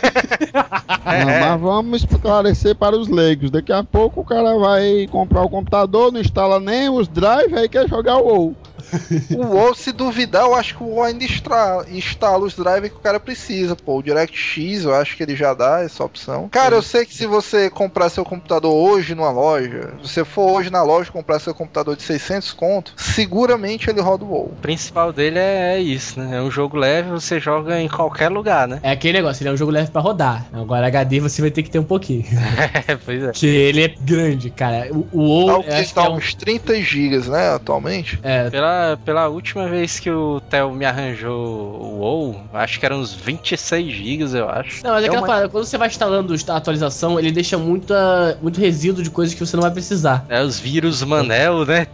Mas vamos esclarecer para os leigos. Daqui a pouco o cara vai comprar o computador, não instala nem os drives, aí quer jogar o WoW. O WoW, se duvidar, eu acho que o WoW ainda instala os drivers que o cara precisa, pô. O DirectX, eu acho que ele já dá essa opção. Cara, eu sei que se você comprar seu computador hoje numa loja, se você for hoje na loja comprar seu computador de 600 conto, seguramente ele roda o WoW. O principal dele é isso, né? É um jogo leve, você joga em qualquer lugar, né? É aquele negócio, ele é um jogo leve pra rodar. Agora HD você vai ter que ter um pouquinho. Pois é. Porque ele é grande, cara. O WoW... Tá uns 30 GB, né, atualmente? Pela última vez que o Theo me arranjou o WoW, acho que eram uns 26 GB, eu acho. Não, mas é aquela parada, quando você vai instalando a atualização, ele deixa muito resíduo de coisas que você não vai precisar. Os vírus Manel, né?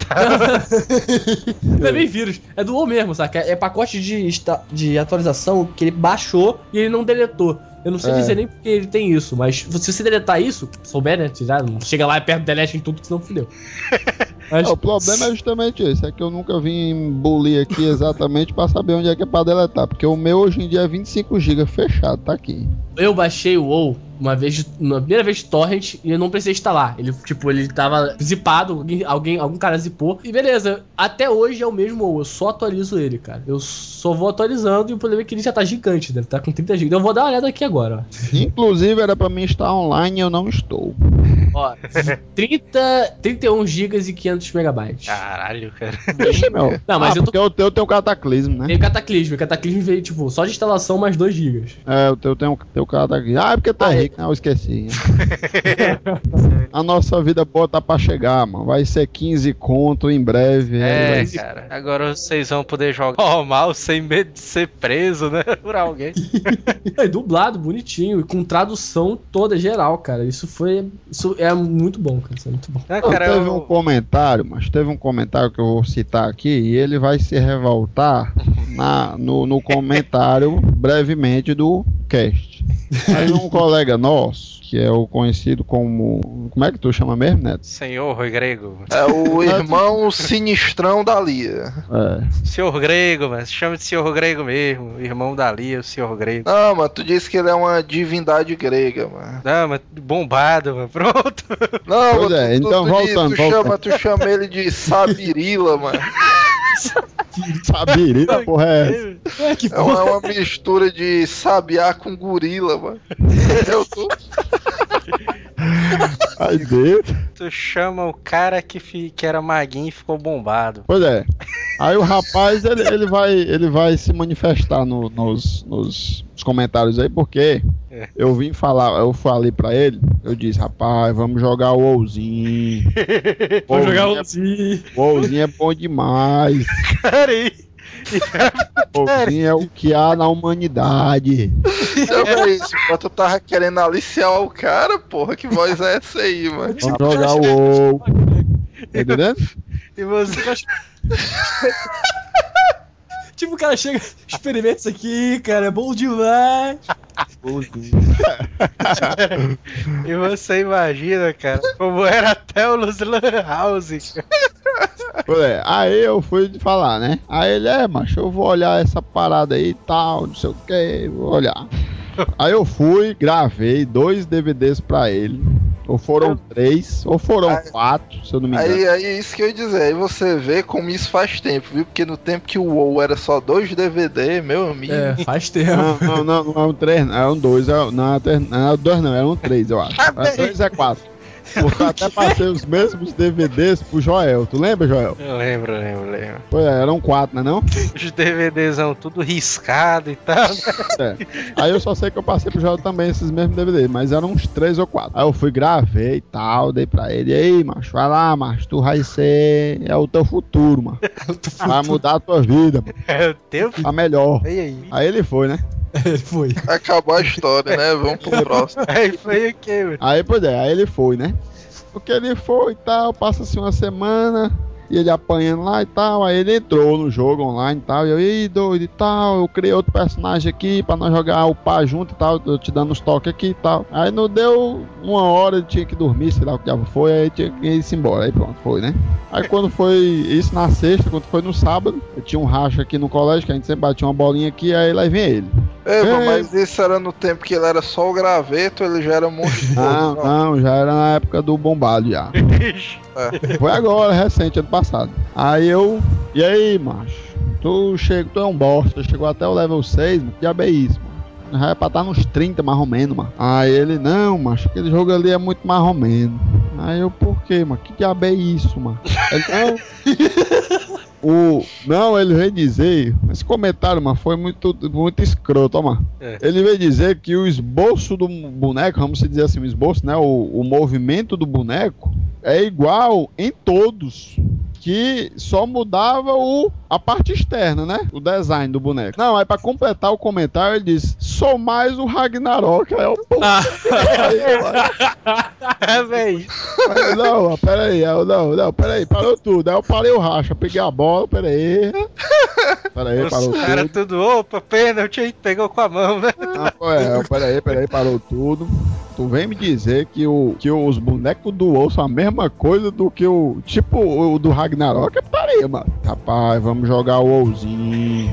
Não é bem vírus, é do WoW mesmo, saca? É pacote de atualização que ele baixou e ele não deletou. Eu não sei dizer nem porque ele tem isso, mas se você deletar isso, souber, né? Tirar, não chega lá e aperta o delete em tudo, senão fudeu. Mas... o problema é justamente esse, é que eu nunca vim bulir aqui exatamente pra saber onde é que é pra deletar, porque o meu hoje em dia é 25 GB fechado, tá aqui. Eu baixei o WoW na primeira vez de torrent e eu não precisei instalar. Ele tava zipado, algum cara zipou. E beleza, até hoje é o mesmo WoW, eu só atualizo ele, cara. Eu só vou atualizando e o problema é que ele já tá gigante, deve tá com 30 GB. Então eu vou dar uma olhada aqui agora, ó. Inclusive era pra mim estar online e eu não estou. Ó, 31 GB e 500 megabytes. Caralho, cara. Meu. Não, mas porque o teu tem o Cataclismo, né? Tem o Cataclismo. O Cataclismo veio, tipo, só de instalação mais 2 GB. O teu tem o Cataclismo. É porque tá rico, né? Eu esqueci. A nossa vida boa tá pra chegar, mano. Vai ser 15 conto em breve. Cara. Agora vocês vão poder jogar normal, sem medo de ser preso, né? Por alguém. É dublado, bonitinho. E com tradução toda geral, cara. Isso é muito bom, cara. Isso é muito bom. Teve um comentário, mas teve um comentário que eu vou citar aqui e ele vai se revoltar no comentário brevemente do cast. Aí um colega nosso, que é o conhecido como... Como é que tu chama mesmo, Neto? Senhor Grego. É o irmão sinistrão da Lia. Senhor Grego, mas chama de Senhor Grego mesmo. Irmão da Lia, o Senhor Grego. Não, mas tu disse que ele é uma divindade grega, mano. Não, mas bombado, mano. Pronto. Não, pois mas então voltando. Tu chama ele de Sabirila, mano. Sabirila, porra, é essa? É uma mistura de sabiá com gorila, mano. Eu tô... Aí dentro. Tu chama o cara que era maguinho e ficou bombado. Pois é. Aí o rapaz, ele vai se manifestar nos comentários aí, porque eu falei pra ele, eu disse, rapaz, vamos jogar o WoWzinho. Vamos jogar o WoWzinho. O WoWzinho é bom demais. Cara, aí. O WoWzinho é o que há na humanidade. Então é isso, pô, tu tava querendo aliciar o cara, porra, que voz é essa aí, mano? Vamos jogar o WoW. Tá entendendo? E você... Tipo, o cara chega, experimenta isso aqui, cara, é bom demais. E você imagina, cara, como era até o Luz Lan House. Aí eu fui falar, né? Aí ele, macho, eu vou olhar essa parada aí e tal, não sei o que, vou olhar. Aí eu fui, gravei 2 DVDs pra ele. Ou foram 3, ou foram 4, se eu não me engano. Aí isso que eu ia dizer, aí você vê como isso faz tempo, viu? Porque no tempo que o WoW era só 2 DVD, meu amigo. Faz tempo. Não é um 3, não, é um 2, não é 2 não, era um 3, eu acho. É 3 é 4. Porque eu até passei os mesmos DVDs pro Joel. Tu lembra, Joel? Eu lembro. Pois é, eram 4, né não? Os DVDs são tudo riscado e tal. Aí eu só sei que eu passei pro Joel também esses mesmos DVDs, mas eram uns 3 ou 4. Aí eu fui, gravei e tal, dei pra ele. E aí, macho, vai lá, macho, tu vai ser... É o teu futuro, mano. Vai mudar a tua vida, mano. É o teu? Tá melhor. Aí. Aí ele foi, né? Ele foi. Acabou a história, né? Vamos pro próximo. Aí foi o quê, mano? Aí, pois é, aí ele foi, né? Porque ele foi e tal, passa-se uma semana, e ele apanhando lá e tal, aí ele entrou no jogo online e tal, e eu, ih, doido e tal, eu criei outro personagem aqui pra nós jogar o pá junto e tal, eu te dando os toques aqui e tal. Aí não deu 1 hora, ele tinha que dormir, sei lá o que diabo foi, aí tinha que ir embora, aí pronto, foi, né? Aí quando foi isso na sexta, quando foi no sábado, eu tinha um racha aqui no colégio, que a gente sempre batia uma bolinha aqui, aí lá vem ele. Mas isso era no tempo que ele era só o graveto, ele já era monstruoso. Não, já era na época do bombado já. Foi agora, recente, ano passado. Aí eu... E aí, macho? Tu é um bosta, chegou até o level 6, mano. Que diabo é isso, mano? Já é pra estar nos 30 mais ou menos, mano. Aí ele, não, macho, aquele jogo ali é muito mais ou menos. Aí eu, por quê, mano? Que diabo é isso, mano? Ele, não, ele veio dizer, esse comentário, mano, foi muito escroto, ó, mano. Ele veio dizer que o esboço do boneco, vamos dizer assim, o esboço, né, o movimento do boneco é igual em todos, que só mudava a parte externa, né, o design do boneco. Não, aí pra completar o comentário ele disse, sou mais o Ragnarok, aí eu, velho. Não, peraí, peraí, parou tudo, aí eu parei o racha, peguei a bola, peraí, parou tudo. Cara, tudo, opa, pênalti, pegou com a mão, né? Não, peraí, parou tudo. Tu vem me dizer que os bonecos do WoW são a mesma coisa do que o do Ragnarok, é putaria, mano. Rapaz, vamos jogar o WoWzinho.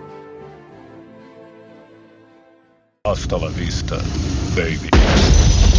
Hasta la vista, baby.